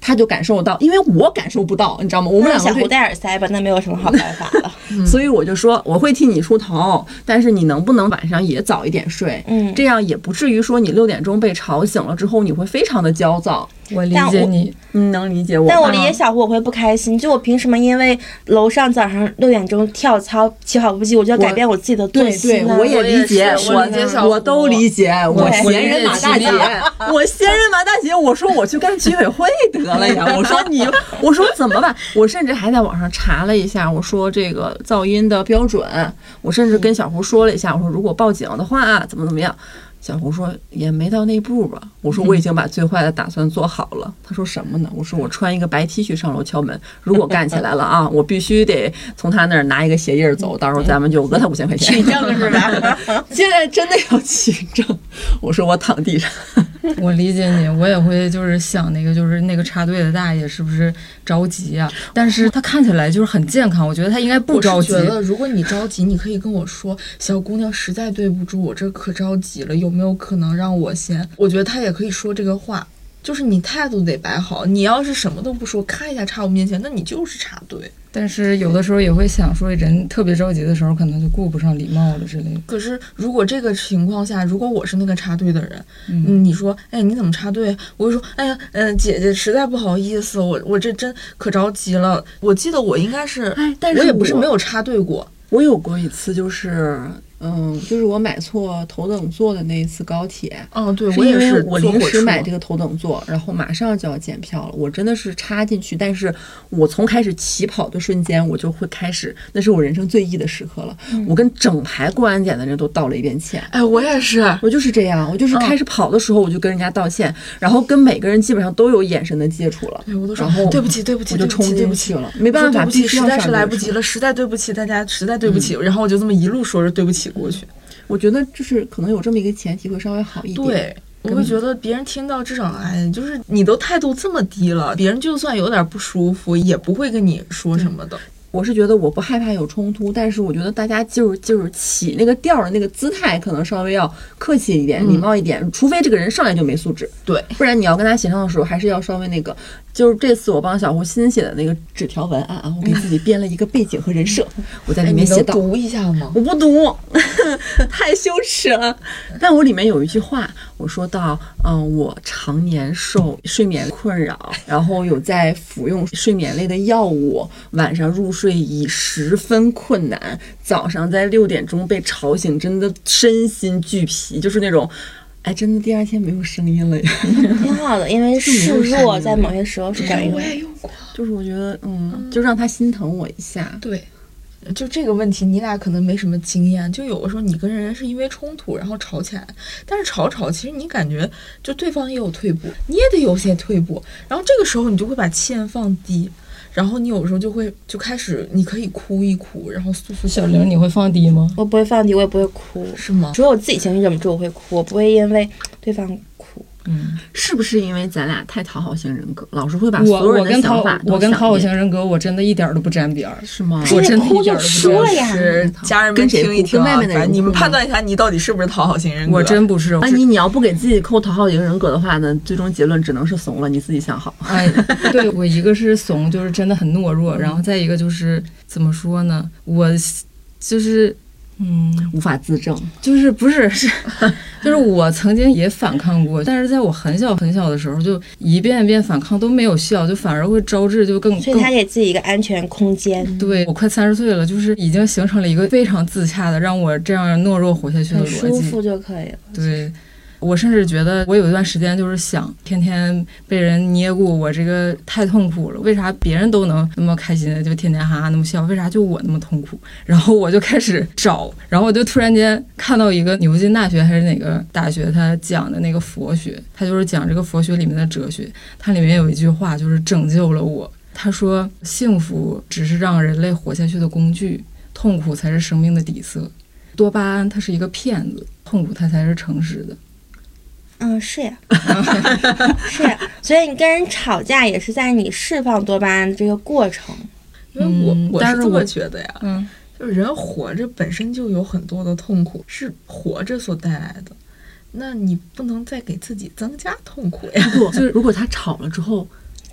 他就感受到，因为我感受不到，你知道吗？我们两个小胡戴耳塞吧，那没有什么好办法了。 所以我就说我会替你出头，但是你能不能晚上也早一点睡？这样也不至于说你6点钟被吵醒了之后你会非常的焦躁。 我理解你， 你能理解我。 但我理解小胡，我会不开心。就我凭什么因为楼上早上6点钟跳操起跑步机，我就要改变我自己的作息呢？ 对，我也理解，我都理解。我闲人马大姐，我闲人马大姐，我说我去干居委会得了呀。我说怎么办？我甚至还在网上查了一下，我说这个噪音的标准，我甚至跟小胡说了一下，我说如果报警的话怎么样。小胡说也没到那步吧。我说我已经把最坏的打算做好了。他说什么呢？我说我穿一个白 T 恤上楼敲门，如果干起来了啊，我必须得从他那儿拿一个鞋印走，到时候咱们就讹他5000块钱。 取证是吧？ 现在真的要取证。我说我躺地上。 我理解你，我也会就是想就是那个插队的大爷是不是着急啊？但是他看起来就是很健康，我觉得他应该不着急。 我是觉得如果你着急，你可以跟我说，小姑娘实在对不住，我这可着急了，有没有可能让我先？我觉得他也可以说这个话，就是你态度得摆好。你要是什么都不说，看一下插我面前，那你就是插队。 但是有的时候也会想说，人特别着急的时候，可能就顾不上礼貌了之类的。 可是如果这个情况下，如果我是那个插队的人，你说，哎，你怎么插队？我会说，哎呀，姐姐实在不好意思，我这真可着急了。我记得我应该是， 但是我也不是没有插队过。 我有过一次，就是我买错头等座的那一次高铁。 对， 我也是我临时买这个头等座，然后马上就要检票了，我真的是插进去，但是我从开始起跑的瞬间，我就会开始，那是我人生最 E 的时刻了。我跟整排过安检的人都道了一遍歉。 哎，我也是， 我就是这样，我就是开始跑的时候，我就跟人家道歉，然后跟每个人基本上都有眼神的接触了。 对，我都说然后对不起， 我就冲进去了，没办法， 实在是来不及了，实在对不起大家，实在对不起。然后我就这么一路说着对不起过去。 我觉得就是可能有这么一个前提会稍微好一点。 对，我会觉得别人听到至少就是你都态度这么低了，别人就算有点不舒服也不会跟你说什么的。 我是觉得我不害怕有冲突，但是我觉得大家就是起那个调的那个姿态可能稍微要客气一点，礼貌一点，除非这个人上来就没素质。 对， 不然你要跟他协商的时候还是要稍微那个。就是这次我帮小胡新写的那个纸条文案啊，我给自己编了一个背景和人设，我在里面写到。 你能读一下吗？ 我不读，太羞耻了。但我里面有一句话，我说到，我常年受睡眠困扰，然后有在服用睡眠类的药物，晚上入睡已十分困难，早上在6点钟被吵醒，真的身心俱疲，就是那种。哎，真的第二天没有声音了呀， 挺好的，因为示弱在某些时候是管用。 我也用过， 就是我觉得，就让他心疼我一下。 对，就这个问题，你俩可能没什么经验。就有的时候你跟人是因为冲突然后吵起来，但是吵其实你感觉就对方也有退步，你也得有些退步，然后这个时候你就会把气焰放低。然后你有时候就开始，你可以哭一哭，然后诉。 小玲，你会放低吗？ 我不会放低，我也不会哭， 是吗？ 只有我自己情绪忍不住我会哭，我不会因为对方哭。 是不是因为咱俩太讨好型人格，老是会把所有人的想法我跟讨好型人格，我真的一点都不沾边儿， 是吗？ 我真的一点都不沾边儿。 是家人们听一听， 外面的人你们判断一下，你到底是不是讨好型人格？ 我真不是。 你要不给自己扣讨好型人格的话呢，最终结论只能是怂了，你自己想好。 哎，对，我一个是怂，就是真的很懦弱，然后再一个就是怎么说呢，我就是。 无法自证， 就是不是就是我曾经也反抗过，但是在我很小的时候，就一遍一遍反抗都没有效，就反而会招致就更。 所以他给自己一个安全空间。 对，我快30岁了，就是已经形成了一个非常自洽的让我这样懦弱活下去的逻辑， 很舒服就可以了。 对。我甚至觉得我有一段时间就是想天天被人捏过，我这个太痛苦了，为啥别人都能那么开心的就天天哈哈那么笑，为啥就我那么痛苦？然后我就开始找，然后我就突然间看到一个牛津大学还是哪个大学他讲的那个佛学，他就是讲这个佛学里面的哲学，它里面有一句话就是拯救了我，他说幸福只是让人类活下去的工具，痛苦才是生命的底色，多巴胺它是一个骗子，痛苦它才是诚实的。 是呀，是呀，所以你跟人吵架也是在你释放多巴胺的这个过程。 因为我是这么觉得呀，就是人活着本身就有很多的痛苦，是活着所带来的，那你不能再给自己增加痛苦呀。 如果他吵了之后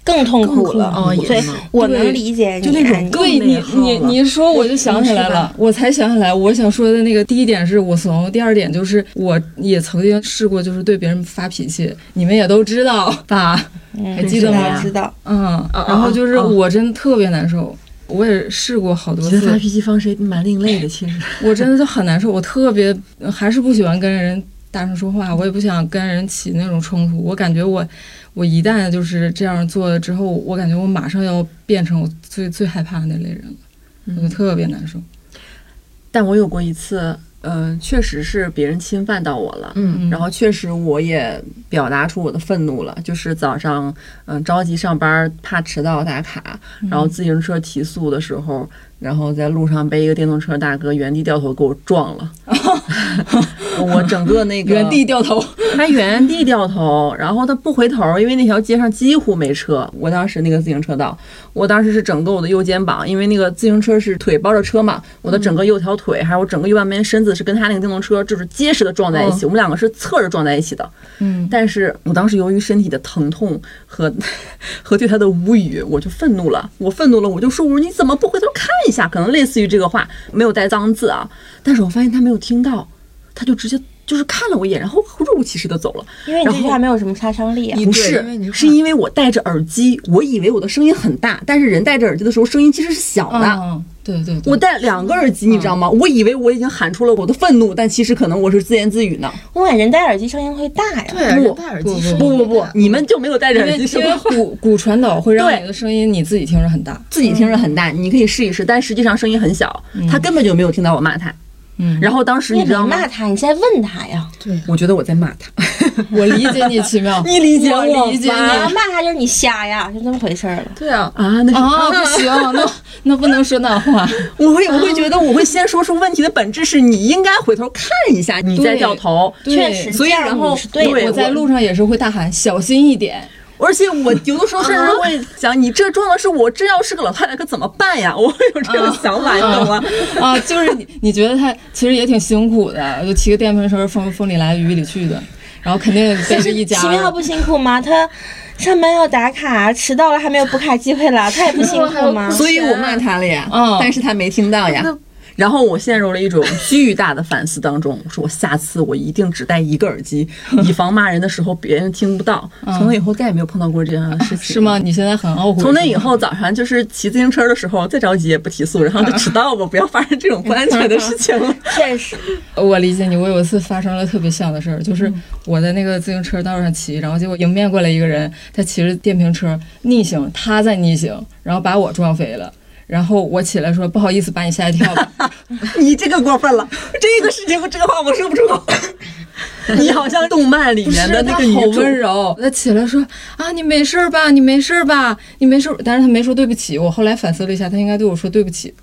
更痛苦了。 更痛苦所以我能理解你， 就那种对你一说我就想起来了，我才想起来我想说的那个第一点是我怂，第二点就是我也曾经试过就是对别人发脾气，你们也都知道吧？还记得吗？ 知道。 然后就是我真的特别难受。我也试过好多次， 发脾气方式也蛮另类的，其实我真的就很难受，我特别还是不喜欢跟人大声说话，我也不想跟人起那种冲突。我感觉我一旦就是这样做了之后，我感觉我马上要变成我最害怕的那类人了，我就特别难受。 但我有过一次，确实是别人侵犯到我了，然后确实我也表达出我的愤怒了，就是早上着急上班，怕迟到打卡，然后自行车提速的时候，然后在路上被一个电动车大哥原地掉头给我撞了，我整个那个原地掉头， 他原地掉头，然后他不回头，因为那条街上几乎没车。我当时那个自行车道，我当时是整个我的右肩膀，因为那个自行车是腿包着车嘛，我的整个右条腿还有整个右半边身子是跟他那个电动车就是结实的撞在一起，我们两个是侧着撞在一起的。但是我当时由于身体的疼痛和对他的无语，我就愤怒了，我就说，我说你怎么不回头看一下？可能类似于这个话，没有带脏字啊，但是我发现他没有听到，他就直接就是看了我一眼，然后若无其事的走了。 因为你这句话没有什么杀伤力啊。 不是，是因为我戴着耳机，我以为我的声音很大，但是人戴着耳机的时候声音其实是小的。 对， 我戴2个耳机，你知道吗？我以为我已经喊出了我的愤怒，但其实可能我是自言自语呢。 我感觉人戴耳机声音会大呀。 对，人戴耳机声音不，你们就没有戴着耳机声音， 因为骨传导会让你的声音你自己听着很大， 你可以试一试，但实际上声音很小，他根本就没有听到我骂他。然后当时你知道吗？ 骂他，你在问他呀？ 对， 我觉得我在骂他。 我理解你奇妙， 你理解我， 理解你。 骂他就是你瞎呀，就这么回事了。 对啊， 不行，那不能说那话。 我会觉得我会先说出问题的本质是你应该回头看一下，你再掉头。 确实， 所以然后对我在路上也是会大喊小心一点。 而且我有的时候甚至会想，你这撞的是我，这要是个老太太可怎么办呀？我会有这种想法，你懂吗？ 就是你觉得他其实也挺辛苦的，就骑个电瓶车风里来雨里去的，然后肯定背着一家。 奇妙不辛苦吗？他上班要打卡，迟到了还没有补卡机会了，他也不辛苦吗？ 所以我骂他了呀，但是他没听到呀。然后我陷入了一种巨大的反思当中，我说我下次我一定只戴1个耳机，以防骂人的时候别人听不到。从那以后再也没有碰到过这样的事情。 是吗？你现在很懊悔。 从那以后早上就是骑自行车的时候再着急也不提速，然后就迟到吧，不要发生这种不安全的事情了。 确实， 我理解你。我有一次发生了特别像的事儿，就是我在那个自行车道上骑，然后结果迎面过来一个人，他骑着电瓶车逆行，他在逆行，然后把我撞飞了。然后我起来说不好意思把你吓一跳吧。 你这个过分了，这个事情这个话我说不出口。你好像动漫里面的那个女主， 好温柔。他起来说啊，你没事吧？你没事吧？你没事。但是他没说对不起。我后来反思了一下，他应该对我说对不起。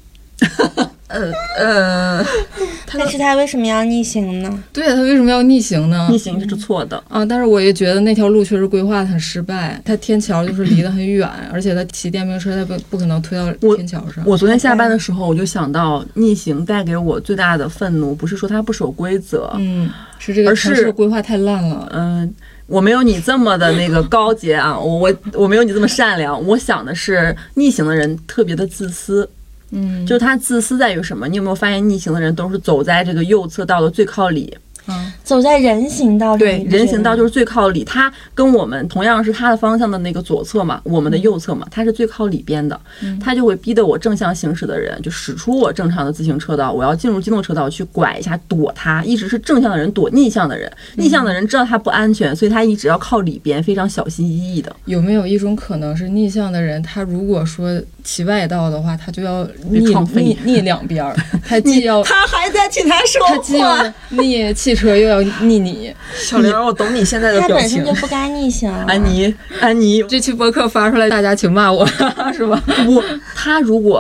但是他为什么要逆行呢？ 对啊，他为什么要逆行呢？ 逆行是错的啊！但是我也觉得那条路确实规划很失败，他天桥就是离得很远，而且他骑电瓶车他不可能推到天桥上。 我昨天下班的时候我就想到，逆行带给我最大的愤怒不是说他不守规则， 是这个城市规划太烂了。 我没有你这么的那个高洁啊，我没有你这么善良。我想的是逆行的人特别的自私。就是他自私在于什么？你有没有发现逆行的人都是走在这个右侧道的最靠里？ 走在人行道上。 对，人行道就是最靠里，他跟我们同样是他的方向的那个左侧嘛，我们的右侧嘛，他是最靠里边的，他就会逼得我正向行驶的人就驶出我正常的自行车道，我要进入机动车道去拐一下躲他，一直是正向的人躲逆向的人，逆向的人知道他不安全，所以他一直要靠里边，非常小心翼翼的。 有没有一种可能是逆向的人，他如果说骑外道的话，他就要逆两边，他既要他还在替他说话， 他既要逆汽车又要逆你。 小玲，我懂你现在的表情。 他本身就不该逆行。 安妮， 这期播客发出来，大家请骂我，是吧？ 不，他如果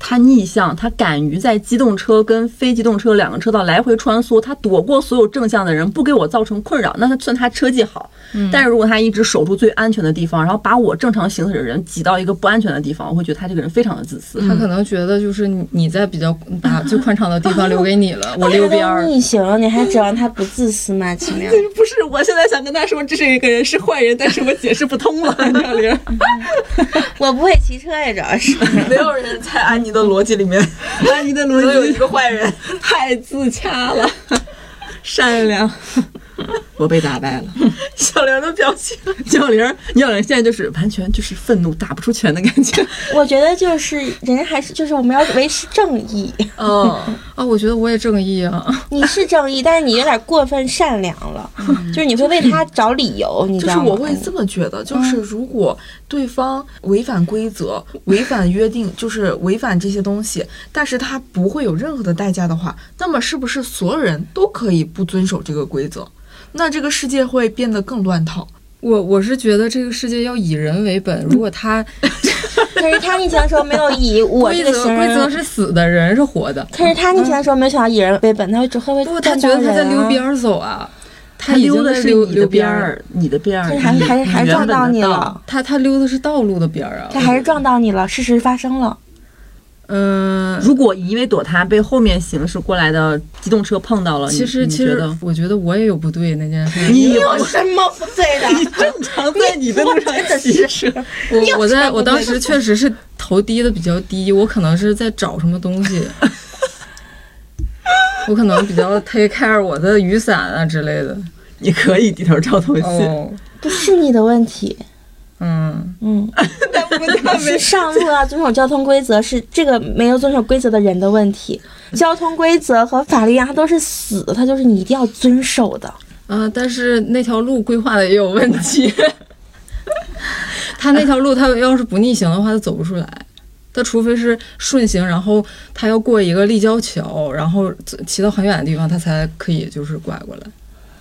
他逆向，他敢于在机动车跟非机动车两个车道来回穿梭，他躲过所有正向的人，不给我造成困扰，那他算他车技好。但是如果他一直守住最安全的地方，然后把我正常行驶的人挤到一个不安全的地方，我会觉得他这个人非常的自私。 他可能觉得就是你在比较把最宽敞的地方留给你了，我溜边儿。 逆行，你还指望他不自私吗？奇妙。 不是，我现在想跟他说这是一个人是坏人，但是我解释不通了，赵玲。 我不会骑车呀，主要是没有人在安妮的逻辑里面， 安妮的逻辑能有一个坏人， 太自洽了，善良。我被打败了， 小玲的表情， 小玲现在就是完全就是愤怒打不出拳的感觉。 我觉得就是人家还是就是我们要维持正义。 我觉得我也正义啊。 你是正义，但是你有点过分善良了，就是你会为他找理由，你知道吗？ 就是我会这么觉得，就是如果对方违反规则、违反约定，就是违反这些东西，但是他不会有任何的代价的话，那么是不是所有人都可以不遵守这个规则？那这个世界会变得更乱套。 我是觉得这个世界要以人为本，如果他， 可是他逆行的时候没有以我这个行人， 规则是死的，人是活的。 可是他逆行的时候没有想到以人为本，他会只会不，他觉得他在溜边儿走啊。 他溜的是你的边儿，你的边儿， 还撞到你了。 他溜的是道路的边儿啊。 他还是撞到你了，事实发生了。 如果因为躲他被后面行驶过来的机动车碰到了， 其实我觉得我也有不对那件事。 你有什么不对的？ 你正常在你的路上骑车。 我当时确实是头低的比较低，我可能是在找什么东西。我可能比较 take care 我的雨伞啊之类的。 你可以低头找东西， 不是你的问题。是上路要遵守交通规则，是这个没有遵守规则的人的问题。交通规则和法律它都是死的，它就是你一定要遵守的。 但是那条路规划的也有问题。他那条路，他要是不逆行的话，他走不出来。他除非是顺行，然后他要过一个立交桥，然后骑到很远的地方，他才可以就是拐过来。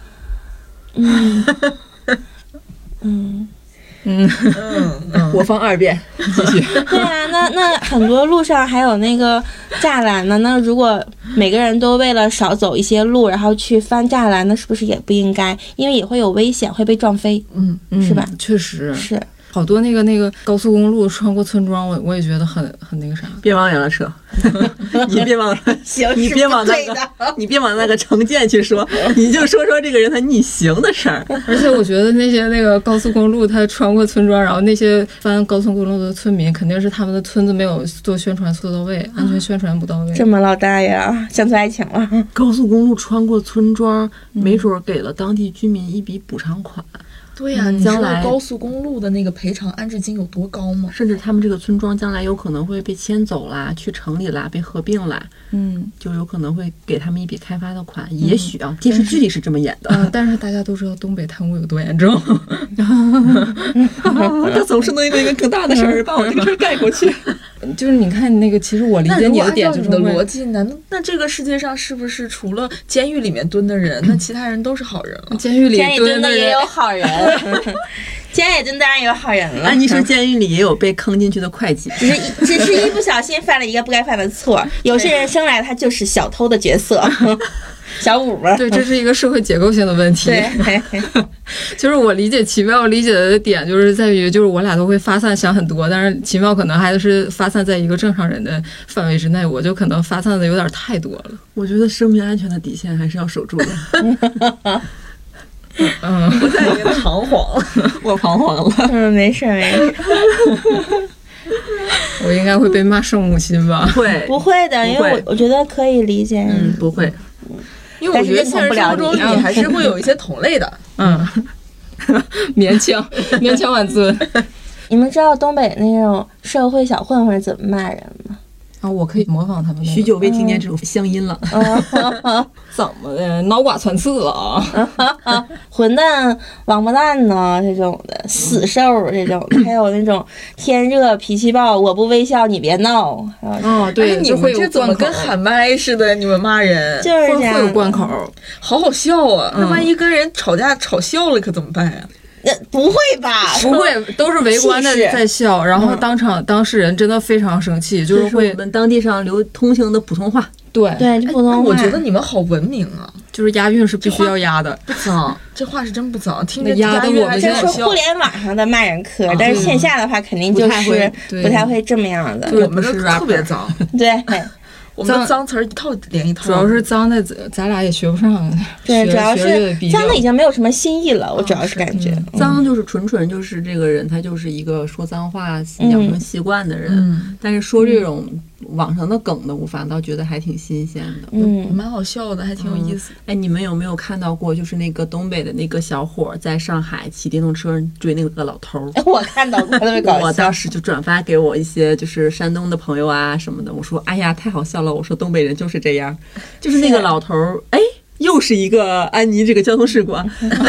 我放2遍，继续。 对啊，那很多路上还有那个栅栏呢。那如果每个人都为了少走一些路，然后去翻栅栏，那是不是也不应该？因为也会有危险，会被撞飞。是吧？ 确实是。 好多那个高速公路穿过村庄，我也觉得很那个啥。 别往远了扯，你别往你别往那个成见去说，你就说这个人他逆行的事儿。 而且我觉得那个高速公路他穿过村庄，然后那些翻高速公路的村民肯定是他们的村子没有做宣传做到位，安全宣传不到位。 这么老大呀，乡村爱情了。 高速公路穿过村庄，没准给了当地居民一笔补偿款。 对呀，你知道高速公路的那个赔偿安置金有多高吗？ 甚至他们这个村庄将来有可能会被迁走啦，去城里啦，被合并啦，就有可能会给他们一笔开发的款。也许啊，电视剧里是这么演的。 但是大家都知道东北贪污有多严重。 他总是能因为一个更大的事儿把我这个事儿盖过去。 就是你看那个，其实我理解你的点，就是你的逻辑，那这个世界上是不是除了监狱里面蹲的人，那其他人都是好人了？ 监狱里蹲的也有好人，监狱蹲当然有好人了。 安妮说监狱里也有被坑进去的会计， 只是一不小心犯了一个不该犯的错。有些人生来他就是小偷的角色。小五吧， 对，这是一个社会结构性的问题。 对， 就是我理解奇妙理解的点，就是在于，就是我俩都会发散想很多，但是奇妙可能还是发散在一个正常人的范围之内，我就可能发散的有点太多了。 我觉得生命安全的底线还是要守住的。我在里面彷徨，我彷徨了。 没事。 我应该会被骂圣母心吧？ 不会的，因为我觉得可以理解。 不会。 因为我觉得现实生活中你还是会有一些同类的， 勉强挽尊。 你们知道东北那种社会小混混怎么骂人吗？ 我可以模仿他们。 许久未听见这种乡音了。 怎么的？脑瓜穿刺了啊！ 混蛋、王八蛋呢？这种的死兽这种的，还有那种天热脾气暴，我不微笑你别闹。 对， 你们这怎么跟喊麦似的？你们骂人就是这样， 会有贯口， 好好笑啊！那万一跟人吵架吵笑了可怎么办呀？ 不会吧？ 不会，都是围观的在笑，然后当事人真的非常生气，就是会我们当地上通行的普通话。 对， 就普通话。 我觉得你们好文明啊， 就是押韵是必须要押的， 不脏，这话是真不脏，听着押的我们这是互联网上的骂人课，但是线下的话肯定就是不太会这么样的。 我们的特别脏， 对。 我们的脏词儿一套连一套， 主要是脏的，咱俩也学不上。 对，主要是脏的已经没有什么新意了。我主要是感觉， 脏就是纯就是这个人，他就是一个说脏话养成习惯的人。但是说这种网上的梗的，我反倒觉得还挺新鲜的。 蛮好笑的，还挺有意思。 哎，你们有没有看到过，就是那个东北的那个小伙在上海骑电动车追那个老头？ 我看到过，特别搞笑。 我当时就转发给我一些就是山东的朋友啊什么的，我说哎呀太好笑了，我说东北人就是这样，就是那个老头哎。又是一个安妮这个交通事故啊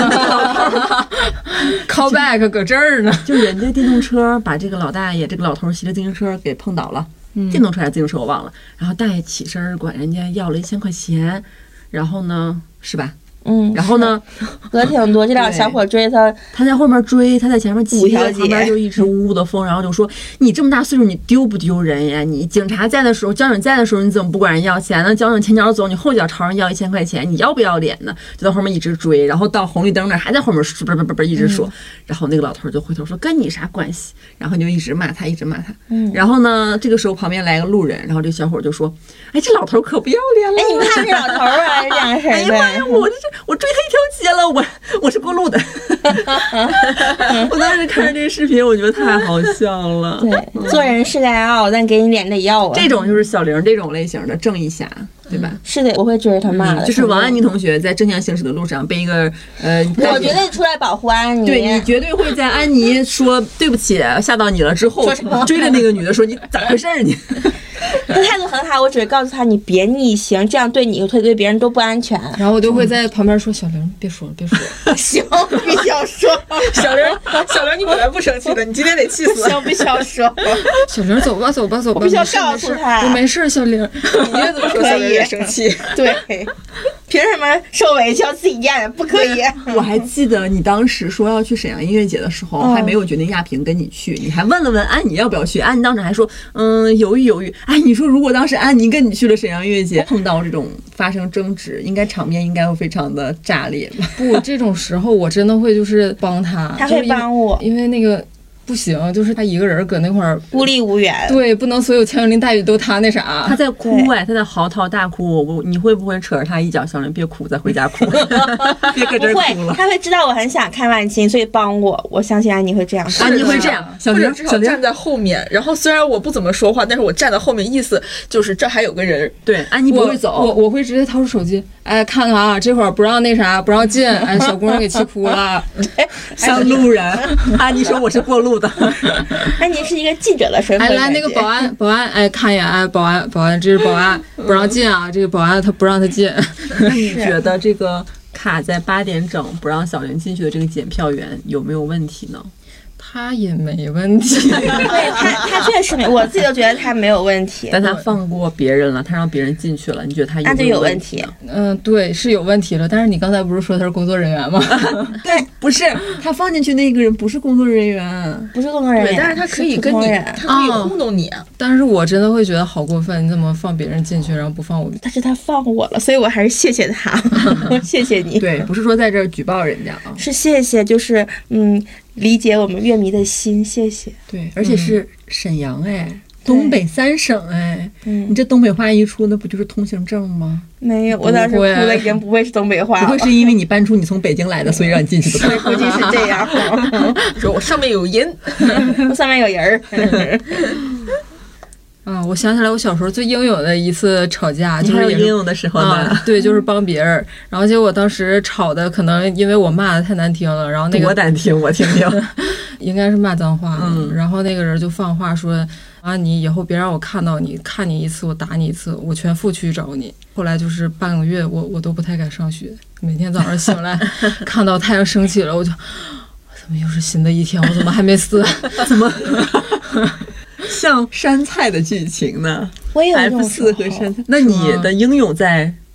，call back 搁这儿呢， 就人家电动车把这个老大爷这个老头骑着自行车给碰倒了，电动车还是自行车我忘了，然后大爷起身管人家要了1000块钱，然后呢是吧？然后呢， 得挺多。这俩小伙追他， 他在后面追，他在前面骑，旁边就一直呜呜的风，然后就说：“你这么大岁数，你丢不丢人呀？你警察在的时候，交警在的时候，你怎么不管人要钱呢？交警前脚走，你后脚朝人要1000块钱，你要不要脸呢？”就在后面一直追，然后到红绿灯那儿还在后面不一直说，然后那个老头就回头说：“跟你啥关系？”然后就一直骂他，一直骂他。然后呢，这个时候旁边来个路人，然后这小伙就说：“哎，这老头可不要脸了！ 哎，你看这老头啊，这样式的。 哎呀妈呀，我追他一条街了，我是过路的。我当时看着这个视频，我觉得太好笑了。 对，做人是该傲，但给你脸得要啊。 这种就是小玲这种类型的正义侠，对吧？ 是的，我会追着他骂的。 就是王安妮同学在正向行驶的路上被一个我绝对出来保护安妮。 对，你绝对会在安妮说对不起吓到你了之后，追着那个女的说你咋回事你？ 他态度很好，我只会告诉他你别逆行，这样对你和对别人都不安全。 然后我就会在旁边说：“小玲，别说了，别说了。” 行，必须要说。 小玲，你本来不生气的，你今天得气死。 行，必须要说。 小玲，走吧。 我必须要告诉他， 我没事，小玲。 你越怎么说，小玲越生气。 对。凭什么受委屈要自己咽？不可以！ 我还记得你当时说要去沈阳音乐节的时候，还没有决定亚萍跟你去，你还问了问安妮要不要去。安妮当时还说，犹豫。哎，你说如果当时安妮跟你去了沈阳音乐节，碰到这种发生争执，应该场面应该会非常的炸裂吧？ 不，这种时候我真的会就是帮他， 他会帮我， 因为那个。不行，就是他一个人搁那块儿孤立无援。 对，不能所有枪林弹雨都他那啥。 他在哭哎，他在嚎啕大哭。你会不会扯着他一脚，小玲别哭，再回家哭，别搁这儿哭了。 他会知道我很想看万青，所以帮我。我相信安妮会这样。 安妮会这样，小玲至少站在后面。然后虽然我不怎么说话，但是我站在后面，意思就是这还有个人。 对，安妮不会走， 我会直接掏出手机，哎，看看啊，这会儿不让那啥，不让进，哎，小姑娘给气哭了， 像路人。安妮说我是过路的。 安妮是一个记者的身份。 哎，来那个保安，哎，看一眼，哎，保安，这是保安，不让进啊，这个保安他不让他进。 那你觉得这个卡在8点整不让小玲进去的这个检票员有没有问题呢？ 他也没问题， 对他确实没，我自己都觉得他没有问题。 但他放过别人了，他让别人进去了，你觉得他那就有问题？ 对，是有问题了。但是你刚才不是说他是工作人员吗？ 对，不是他放进去那个人不是工作人员， 不是工作人员， 但是他可以跟你，他可以糊弄你。 但是我真的会觉得好过分，你怎么放别人进去，然后不放我？ 但是他放我了，所以我还是谢谢他，谢谢你。 对，不是说在这儿举报人家啊， 是谢谢，就是理解我们乐迷的心，谢谢。 对，而且是沈阳哎，东北3省哎，你这东北话一出，那不就是通行证吗？ 没有，我当时哭的已经不会是东北话了， 不会是因为你搬出你从北京来的，所以让你进去的吧？ 估计是这样。 说我上面有人， 我上面有人儿。 我想起来我小时候最英勇的一次吵架，就是英勇的时候呢， 对，就是帮别人。然后结果当时吵的可能因为我骂的太难听了，然后那个多难听，我听听， 应该是骂脏话。然后那个人就放话说啊，你以后别让我看到你，看你一次我打你一次，我全副区找你。后来就是半个月，我都不太敢上学，每天早上醒来看到太阳升起了，我就怎么又是新的一天，我怎么还没死？ 怎么？像山菜的剧情呢？ 我也有 F4和山菜。那你的英勇在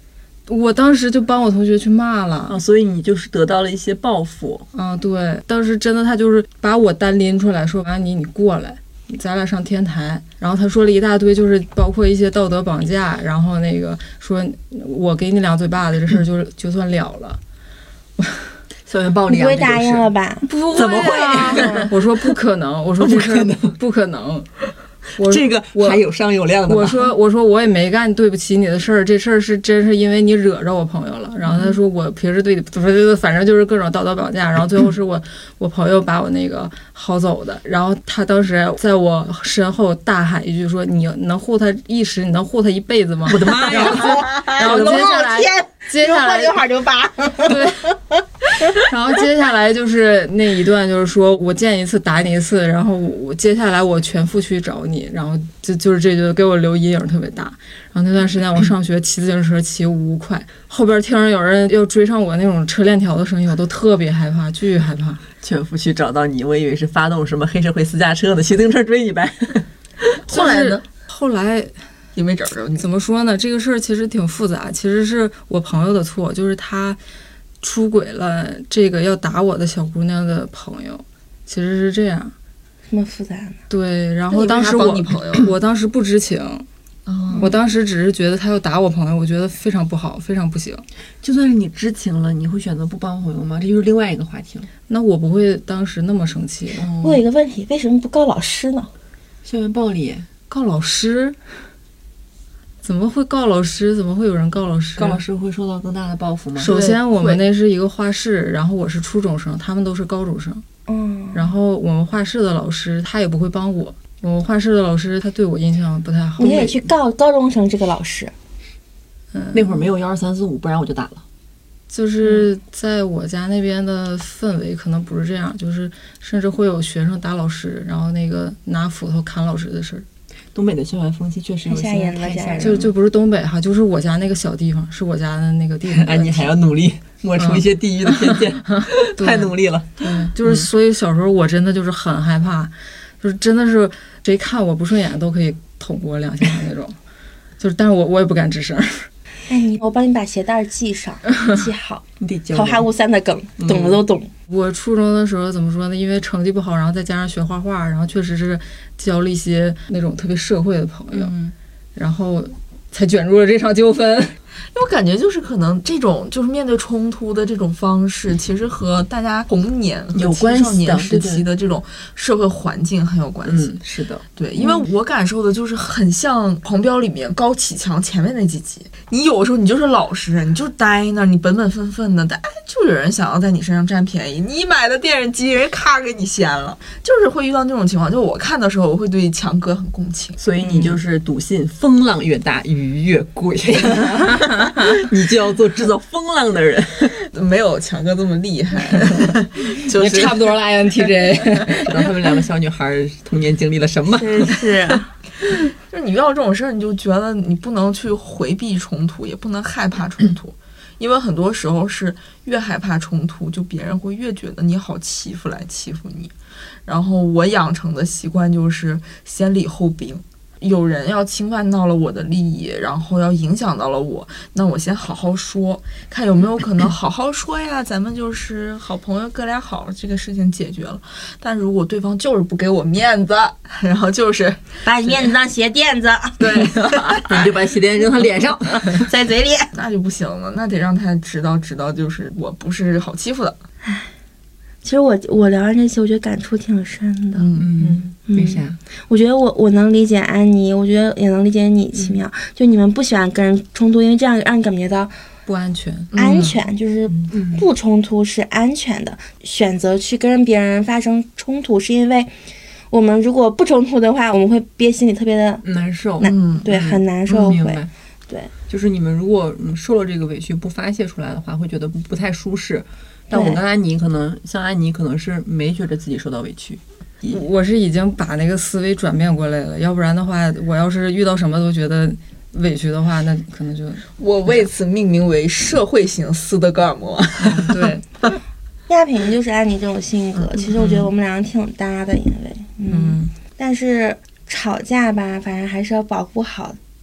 我当时就帮我同学去骂了啊，所以你就是得到了一些报复。 对，当时真的他就是把我单拎出来说，安妮你过来，咱俩上天台。然后他说了一大堆，就是包括一些道德绑架，然后那个说我给你2嘴巴子这事儿就算了了。 校园暴力啊， 你不会答应了吧？ 不会怎么会？ 我说不可能，我说这事儿不可能。 这个还有商有量的。 我说我也没干对不起你的事儿，这事儿是真是因为你惹着我朋友了。然后他说我平时对你反正就是各种道德绑架。然后最后是我朋友把我那个薅走的。然后他当时在我身后大喊一句说：“你能护他一时，你能护他一辈子吗？” 我的妈呀！ 然后接下来就话就拔。 对，然后接下来就是那一段，就是说我见一次打你一次，然后我接下来我全副去找你，然后就是这就给我留阴影特别大。然后那段时间我上学骑自行车骑5快，后边听着有人要追上我那种车链条的声音，我都特别害怕，巨害怕。 全副去找到你，我以为是发动什么黑社会私家车的，骑自行车追你呗。 后来呢？ 后来。 也没找着你。 怎么说呢？这个事儿其实挺复杂，其实是我朋友的错，就是他出轨了这个要打我的小姑娘的朋友，其实是这样。 这么复杂呢？ 对，然后当时我当时不知情，我当时只是觉得他要打我朋友，我觉得非常不好，非常不行。 就算是你知情了，你会选择不帮朋友吗？这就是另外一个话题了。 那我不会当时那么生气。 我有一个问题，为什么不告老师呢？ 校园暴力， 告老师？怎么会告老师？怎么会有人告老师？ 告老师会受到更大的报复吗？ 首先，我们那是一个画室，然后我是初中生，他们都是高中生。然后我们画室的老师他也不会帮我，我们画室的老师他对我印象不太好。 你也去告高中生这个老师。 那会儿没有12345，不然我就打了。 就是在我家那边的氛围可能不是这样，就是甚至会有学生打老师，然后那个拿斧头砍老师的事儿。 东北的校园风气确实有些太吓人了， 就不是东北哈，就是我家那个小地方，是我家的那个地方。 哎，你还要努力抹除一些地域的偏见，太努力了。 对，就是所以小时候我真的就是很害怕，就是真的是谁看我不顺眼都可以捅我2下的那种，就是但是我也不敢吱声。 哎，我帮你把鞋带系上，系好。 你得教考哈物3的梗，懂的都懂。 我初中的时候怎么说呢？因为成绩不好，然后再加上学画画，然后确实是交了一些那种特别社会的朋友，然后才卷入了这场纠纷。 因为我感觉就是可能这种就是面对冲突的这种方式，其实和大家童年和青少年时期的这种社会环境很有关系。 是的， 对，因为我感受的就是很像《狂飙》里面高启强前面那几集，你有的时候你就是老实，你就待那儿，你本本分分的，但就有人想要在你身上占便宜，你买的电视机人咔给你掀了，就是会遇到那种情况。就我看的时候，我会对强哥很共情， 所以你就是笃信风浪越大鱼越贵。你就要做制造风浪的人， 没有强哥这么厉害， 就是差不多了。INTJ， 知道他们2个小女孩童年经历了什么？ 真是， 就是你遇到这种事儿，你就觉得你不能去回避冲突，也不能害怕冲突，因为很多时候是越害怕冲突，就别人会越觉得你好欺负来欺负你。然后我养成的习惯就是先礼后兵。有人要侵犯到了我的利益，然后要影响到了我，那我先好好说，看有没有可能好好说呀，咱们就是好朋友，哥俩好，这个事情解决了。但如果对方就是不给我面子，然后就是把你面子当鞋垫子， 对， 你就把鞋垫扔他脸上， 在嘴里， 那就不行了，那得让他知道，就是我不是好欺负的。 其实我聊完这期，我觉得感触挺深的。 为啥？ 我觉得我能理解安妮，我觉得也能理解你奇妙。就你们不喜欢跟人冲突，因为这样让你感觉到不安全。 安全就是不冲突是安全的。选择去跟别人发生冲突，是因为我们如果不冲突的话，我们会憋心里特别的难受。 对，很难受。 明白。 对， 就是你们如果受了这个委屈不发泄出来的话，会觉得不太舒适。但我跟安妮可能是没觉得自己受到委屈， 我是已经把那个思维转变过来了，要不然的话，我要是遇到什么都觉得委屈的话，那可能就我为此命名为社会型斯德哥尔摩。 对， 亚萍就是安妮这种性格，其实我觉得我们俩挺搭的，因为但是吵架吧，反正还是要保护好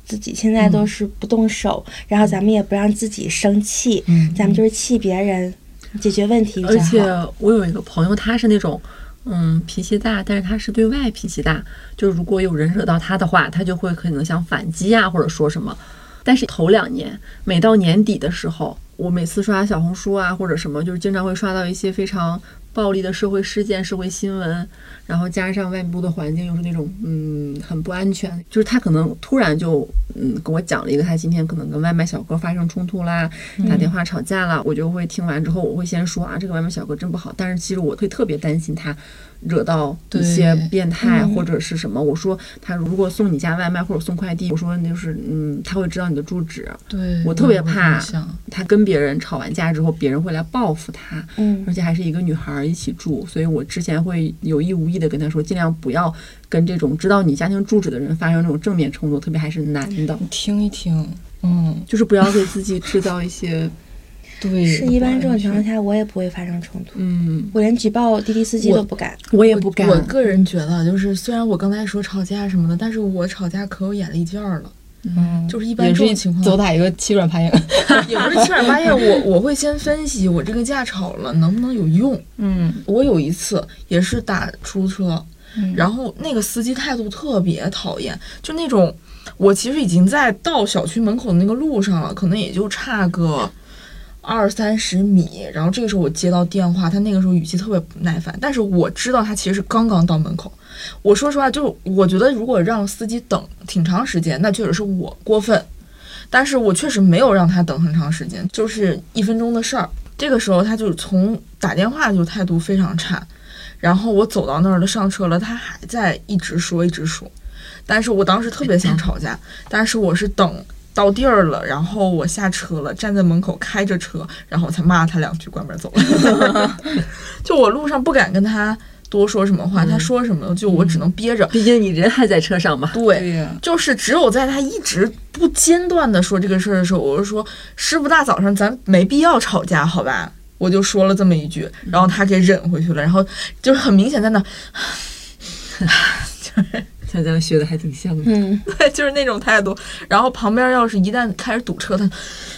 自己，现在都是不动手，然后咱们也不让自己生气，咱们就是气别人，解决问题比较好。 而且我有一个朋友，他是那种脾气大，但是他是对外脾气大，就是如果有人惹到他的话，他就会可能想反击啊，或者说什么。但是头2年，每到年底的时候，我每次刷小红书啊或者什么，就是经常会刷到一些非常暴力的社会事件、社会新闻，然后加上外部的环境又是那种很不安全，就是他可能突然就跟我讲了一个他今天可能跟外卖小哥发生冲突啦，打电话吵架啦，我就会听完之后我会先说啊，这个外卖小哥真不好，但是其实我会特别担心他惹到一些变态或者是什么。我说他如果送你家外卖或者送快递，我说就是他会知道你的住址。 对， 我特别怕他跟别人吵完架之后别人会来报复他，而且还是一个女孩一起住，所以我之前会有意无意的跟他说，尽量不要跟这种知道你家庭住址的人发生那种正面冲突，特别还是男的。 你听一听， 就是不要给自己制造一些对， 是一般这种情况下我也不会发生冲突，我连举报滴滴司机都不敢。 我也不敢。 我个人觉得，就是虽然我刚才说吵架什么的，但是我吵架可有眼力劲儿了。就是一般这种情况走打一个七软八硬， 也不是七软八硬，我会先分析我这个架吵了能不能有用。我有一次也是打出租车，然后那个司机态度特别讨厌，就那种我其实已经在到小区门口的那个路上了，可能也就差个20-30米，然后这个时候我接到电话，他那个时候语气特别不耐烦，但是我知道他其实是刚刚到门口。我说实话，就是我觉得如果让司机等挺长时间，那确实是我过分，但是我确实没有让他等很长时间，就是1分钟的事儿。这个时候他就从打电话就态度非常差，然后我走到那儿了，上车了，他还在一直说，但是我当时特别想吵架，但是我是等到地儿了，然后我下车了，站在门口开着车，然后我才骂他2句，关门走了。就我路上不敢跟他多说什么话，他说什么就我只能憋着， 毕竟你人还在车上嘛。 对，就是只有在他一直不间断的说这个事儿的时候，我就说师傅大早上咱没必要吵架好吧，我就说了这么一句，然后他给忍回去了，然后就是很明显在那就是像咱们学的还挺像的。 对，就是那种态度。然后旁边要是一旦开始堵车，他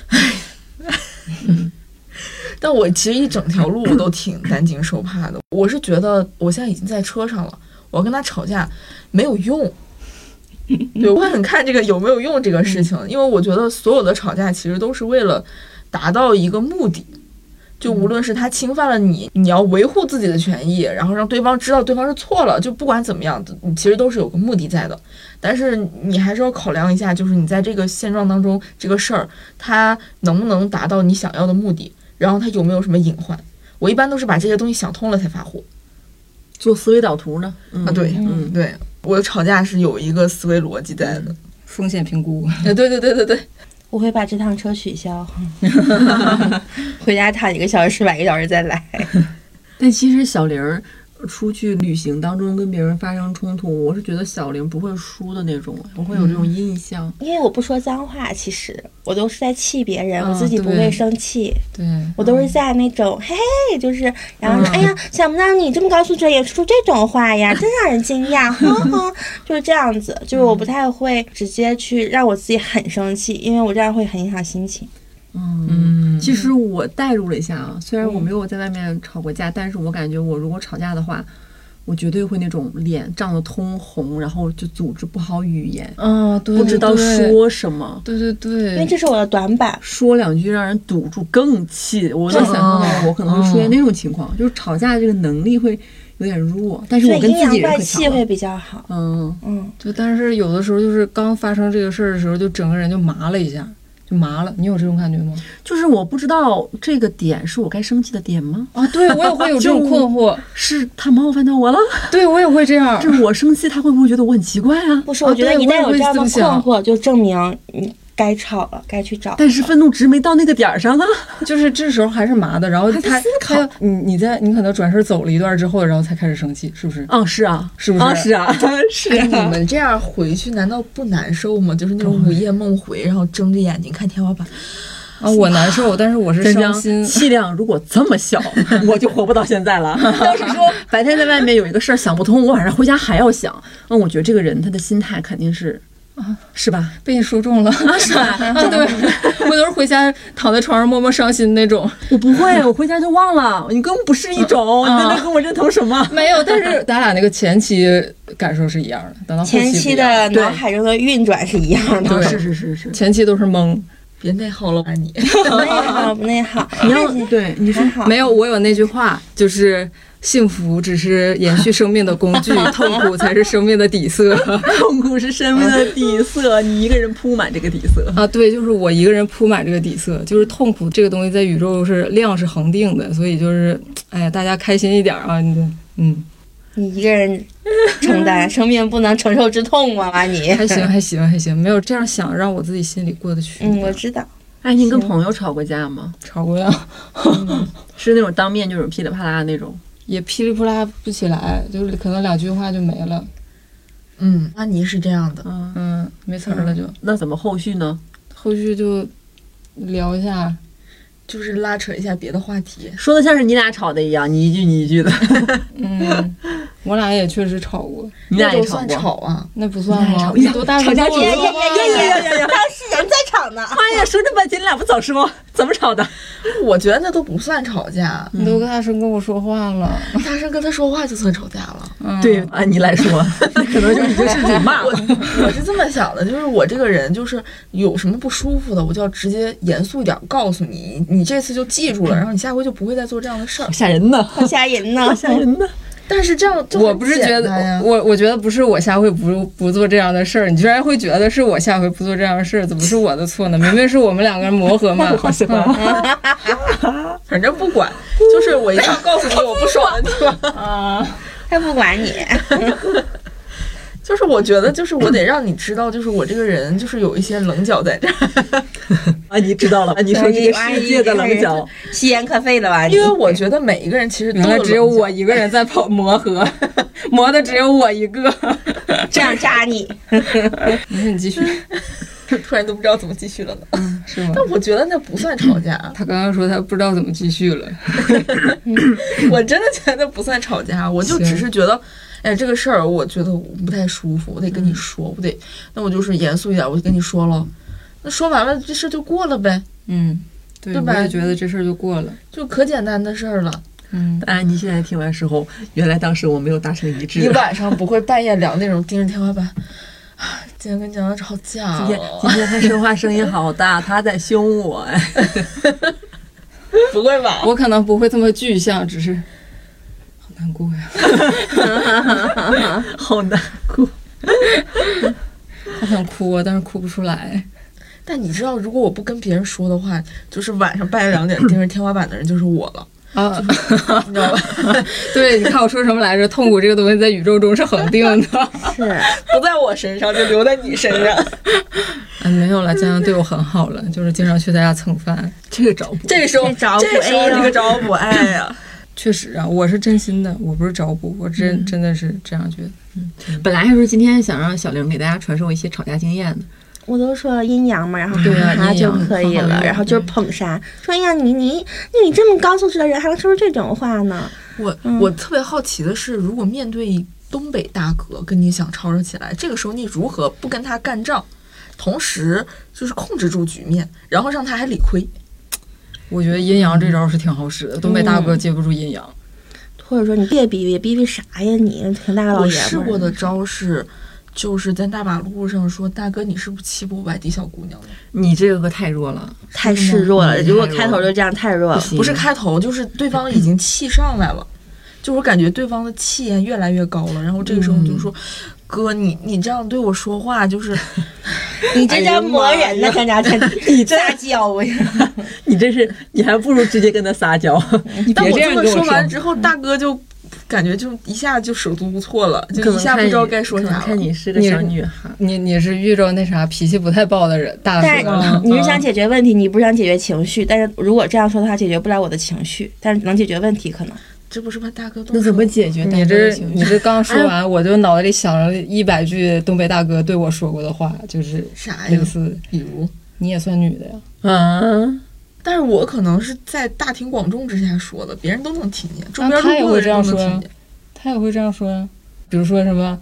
但我其实一整条路我都挺担惊受怕的。我是觉得我现在已经在车上了，我跟他吵架没有用。对，我会很看这个有没有用这个事情，因为我觉得所有的吵架其实都是为了达到一个目的。就无论是他侵犯了你，你要维护自己的权益，然后让对方知道对方是错了，就不管怎么样，你其实都是有个目的在的。但是你还是要考量一下，就是你在这个现状当中，这个事儿它能不能达到你想要的目的，然后它有没有什么隐患。我一般都是把这些东西想通了才发火。 做思维导图呢？ 对，对，我吵架是有一个思维逻辑在的， 风险评估。 对。 我会把这趟车取消，回家躺1个小时，晚1个小时再来。 但其实小玲出去旅行当中跟别人发生冲突，我是觉得小玲不会输的那种，我会有这种印象。 因为我不说脏话，其实我都是在气别人，我自己不会生气。 对， 我都是在那种嘿嘿，就是然后说哎呀，想不到你这么高素质也说这种话呀，真让人惊讶，就是这样子。就是我不太会直接去让我自己很生气，因为我这样会很影响心情。 其实我代入了一下啊，虽然我没有在外面吵过架，但是我感觉我如果吵架的话，我绝对会那种脸涨得通红，然后就组织不好语言， 对， 不知道说什么， 对， 因为这是我的短板， 说2句让人堵住更气。我能想象到我可能会出现那种情况，就是吵架这个能力会有点弱，但是我跟自己人可气会比较好。 对，但是有的时候就是刚发生这个事儿的时候，就整个人就麻了一下。就麻了，你有这种感觉吗？ 就是我不知道这个点是我该生气的点吗？ 对，我也会有这种困惑， 是他冒犯到我了？ 对，我也会这样。 就是我生气，他会不会觉得我很奇怪啊？ 不是，我觉得一旦有这样的困惑，就证明你该吵了，该去找。 但是愤怒值没到那个点上啊， 就是这时候还是麻的，然后他你可能转身走了一段之后，然后才开始生气，是不是？ 是啊， 是不是？ 是啊，是啊。 你们这样回去难道不难受吗？就是那种午夜梦回，然后睁着眼睛看天花板。 我难受，但是我是伤心。 气量如果这么小，我就活不到现在了。要是说白天在外面有一个事儿想不通，我晚上回家还要想，我觉得这个人他的心态肯定是是吧？ 被你说中了，是吧？对，我都是回家躺在床上默默伤心那种。 我不会，我回家就忘了。你跟我不是一种，你在那跟我认同什么？ 没有，但是咱俩那个前期感受是一样的，等到后期前期的脑海中的运转是一样的。 是， 前期都是懵。 别内耗了吧你。 不内耗，不内耗。 你要对你说好没有，我有那句话就是幸福只是延续生命的工具，痛苦才是生命的底色。 痛苦是生命的底色，你一个人铺满这个底色啊！对，就是我一个人铺满这个底色，就是痛苦这个东西在宇宙是量是恒定的，所以就是哎呀，大家开心一点啊！ 你一个人承担生命不能承受之痛吗？你还行，没有这样想，让我自己心里过得去。 我知道。 哎，你跟朋友吵过架吗？ 吵过呀， 是那种当面就是噼里啪啦那种。 也噼里啪啦不起来，就是可能2句话就没了。 阿妮是这样的， 没词儿了就。 那怎么后续呢？ 后续就聊一下， 就是拉扯一下别的话题， 说的像是你俩吵的一样，你一句你一句的。 我俩也确实吵过， 你俩也吵过？算吵啊？ 那不算吗？ 你多大？ 吵架呀！当事人在吵呢。 妈呀，说这半天你俩不早说，怎么吵的？ 我觉得那都不算吵架， 你都大声跟我说话了， 大声跟他说话就算吵架了。 对，按你来说，那可能就已经是辱骂了。 我是这么想的，就是我这个人就是有什么不舒服的，我就要直接严肃一点告诉你，你这次就记住了，然后你下回就不会再做这样的事儿。 吓人呢， 吓人呢， 吓人呢。 但是这样就我不是觉得我觉得不是我下回不做这样的事儿，你居然会觉得是我下回不做这样的事儿，怎么是我的错呢？明明是我们2个人磨合嘛。 好喜欢。 反正不管，就是我一定要告诉你我不爽的地方他不管你。 就是我觉得，就是我得让你知道，就是我这个人就是有一些棱角在这儿。 你知道了，你说这个世界的棱角， 吸烟可废了吧？ 因为我觉得每一个人其实都原来只有我一个人在磨合，磨的只有我一个， 这样扎你。 你继续。 突然都不知道怎么继续了呢。 是吗？ 但我觉得那不算吵架。 他刚刚说他不知道怎么继续了。 我真的觉得不算吵架，我就只是觉得。哎，这个事儿我觉得我不太舒服，我得跟你说，那我就是严肃一点，我就跟你说了，那说完了这事就过了呗， 对吧？ 我也觉得这事儿就过了， 就可简单的事儿了。 你现在听完之后，原来当时我没有达成一致。 你晚上不会半夜2那种盯着天花板，今天跟蒋蒋吵架了。 今天他说话声音好大，他在凶我哎。 不会吧？ 我可能不会这么具象，只是。难过呀，好难过， 好想哭啊，但是哭不出来。 但你知道，如果我不跟别人说的话，就是晚上半夜2点盯着天花板的人就是我了啊， 你知道吧？ 对，你看我说什么来着？痛苦这个东西在宇宙中是恒定的， 是不在我身上，就留在你身上。 没有了，江江对我很好了，就是经常去他家蹭饭。 这个找补， 这个时候这个找补，哎呀。 确实啊，我是真心的，我不是找补，我真的是这样觉得。 本来还是今天想让小玲给大家传授一些吵架经验的。 我都说了阴阳嘛，然后他就可以了，然后就是捧杀，说呀你这么高素质的人还能说出这种话呢？ 我特别好奇的是，如果面对东北大哥跟你想吵吵起来，这个时候你如何不跟他干仗，同时就是控制住局面，然后让他还理亏？ 我觉得阴阳这招是挺好使的，东北大哥接不住阴阳， 或者说你别逼啥呀，你挺大个老爷们儿。 我试过的招是，就是在大马路上说，大哥你是不是欺负外地小姑娘了？ 你这个可太弱了， 太示弱了。如果开头就这样太弱了， 不是开头，就是对方已经气上来了，就我感觉对方的气焰越来越高了，然后这个时候我就说。哥，你这样对我说话，就是你这叫磨人呢，江家真，你撒娇呀！ 你还不如直接跟他撒娇。你别这样跟我说。 但我这么说完之后，大哥就感觉就一下就手足无措了，就一下不知道该说啥了。 看你是个小女孩， 你是遇着那啥脾气不太暴的人，大哥。你是想解决问题，你不是想解决情绪。但是如果这样说的话，解决不了我的情绪，但是能解决问题可能。 这不是把大哥那怎么解决？ 你这刚说完，我就脑袋里想了100句东北大哥对我说过的话，就是啥类似， 比如你也算女的呀。 但是我可能是在大庭广众之下说的，别人都能听见，周边他也会这样说呀。 他也会这样说呀。比如说什么，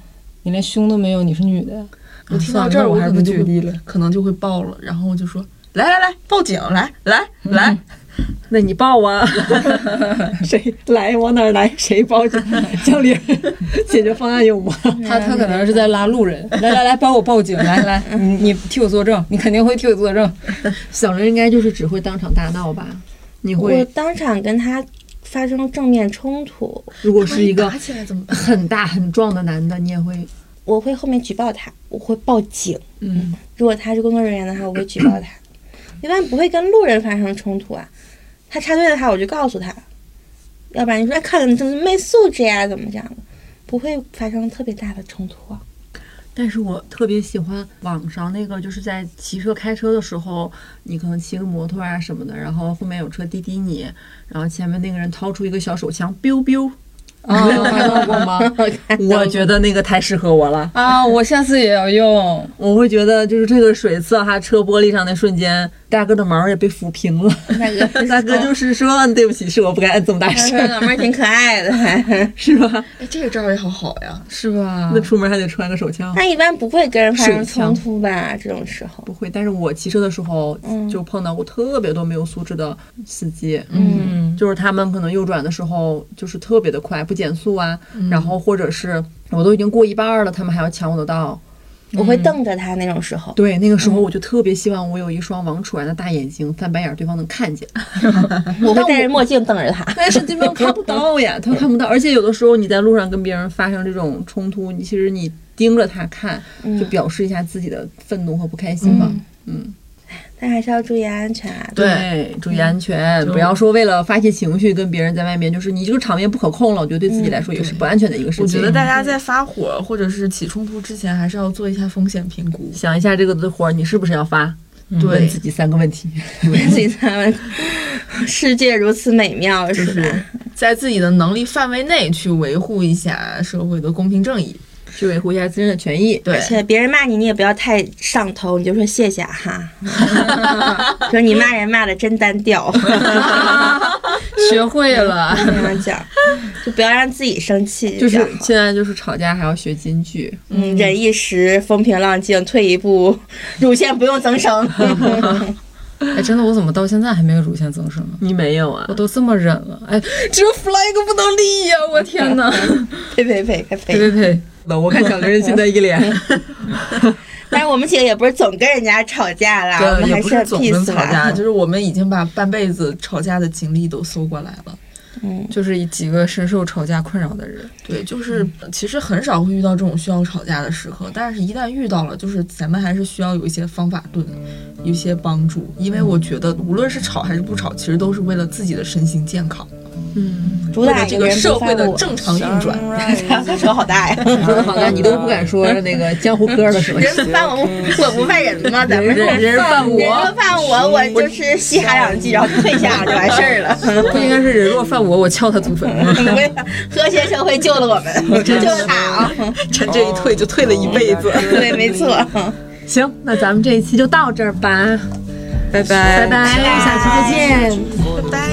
你连胸都没有，你是女的。 我听到这儿， 我还是不举例了， 可能就会报了，然后我就说来，报警，来。 那你报啊？谁来往哪儿来？谁报警？江玲，解决方案有吗？ 他可能是在拉路人，来，帮我报警，来，你替我作证，你肯定会替我作证。 小玲应该就是只会当场大闹吧？你会？ 我当场跟他发生正面冲突。 如果是一个打起来怎么办？ 很大很壮的男的，你也会？ 我会后面举报他，我会报警。如果他是工作人员的话，我会举报他。一般不会跟路人发生冲突啊。他插队的话，我就告诉他，要不然你说看你怎么没素质呀，怎么这样的，不会发生特别大的冲突啊。 但是我特别喜欢网上那个，就是在骑车开车的时候，你可能骑个摩托啊什么的，然后后面有车滴滴你，然后前面那个人掏出一个小手枪，biu biu。你没有看到过吗？我觉得那个太适合我了啊！我下次也要用。 我会觉得就是这个水刺哈车玻璃上那瞬间，大哥的毛也被抚平了。大哥就是说对不起，是我不该按这么大声。 老妹儿挺可爱的， 是吧？ 哎，这个招也好呀， 是吧？ 那出门还得穿个手枪。 他一般不会跟人发生冲突吧？这种时候不会。但是我骑车的时候就碰到过特别多没有素质的司机。就是他们可能右转的时候就是特别的快，不减速啊，然后或者是我都已经过一半了，他们还要抢我的道。 我会瞪着他那种时候。 对，那个时候我就特别希望我有一双王楚然的大眼睛，翻白眼对方能看见。 我会戴着墨镜瞪着他， 但是对方看不到呀，他看不到。而且有的时候你在路上跟别人发生这种冲突，其实你盯着他看，就表示一下自己的愤怒和不开心嘛。 但还是要注意安全啊！ 对，注意安全，不要说为了发泄情绪跟别人在外面，就是你这个场面不可控了，我觉得对自己来说也是不安全的一个事情。 我觉得大家在发火或者是起冲突之前，还是要做一下风险评估， 想一下这个火你是不是要发，问自己3个问题。 问自己3个问题。世界如此美妙，是吧？ 在自己的能力范围内去维护一下社会的公平正义。 去维护一下自身的权益， 对， 而且别人骂你，你也不要太上头，你就说谢谢哈，说你骂人骂的真单调， 学会了这样讲，就不要让自己生气， 就是现在就是吵架还要学金句， 忍一时，风平浪静，退一步，乳腺不用增生。 哎，真的，我怎么到现在还没有乳腺增生啊？ 你没有啊？ 我都这么忍了，哎，这 flag 不能立呀！我天哪！ 呸！ 我看小玲现在一脸。 但是我们几个也不是总跟人家吵架啦，我们还是总跟吵架，就是我们已经把半辈子吵架的经历都搜过来了。 就是几个深受吵架困扰的人。 对，就是其实很少会遇到这种需要吵架的时刻，但是一旦遇到了，就是咱们还是需要有一些方法论，有一些帮助，因为我觉得无论是吵还是不吵，其实都是为了自己的身心健康。 主打这个社会的正常运转。 他说好大呀， 说的好大，你都不敢说那个江湖科了是吧？ 人犯我不犯人吗？咱们人犯我， 人犯我就是嘻哈2句，然后退下就完事儿了。 不应该是人若犯我撬他祖坟吗？ 和谐社会救了我们，救了他啊！ 趁这一退就退了一辈子。 对，没错。 行，那咱们这一期就到这儿吧， 拜拜， 下期再见， 拜拜。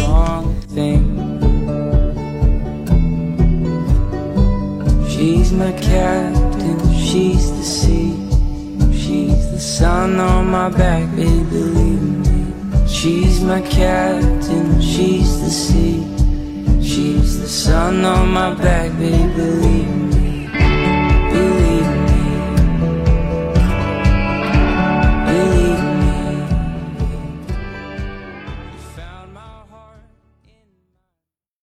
She's my captain, she's the sea. She's the sun on my back, baby, believe me. She's my captain, she's the sea. She's the sun on my back, baby, believe me.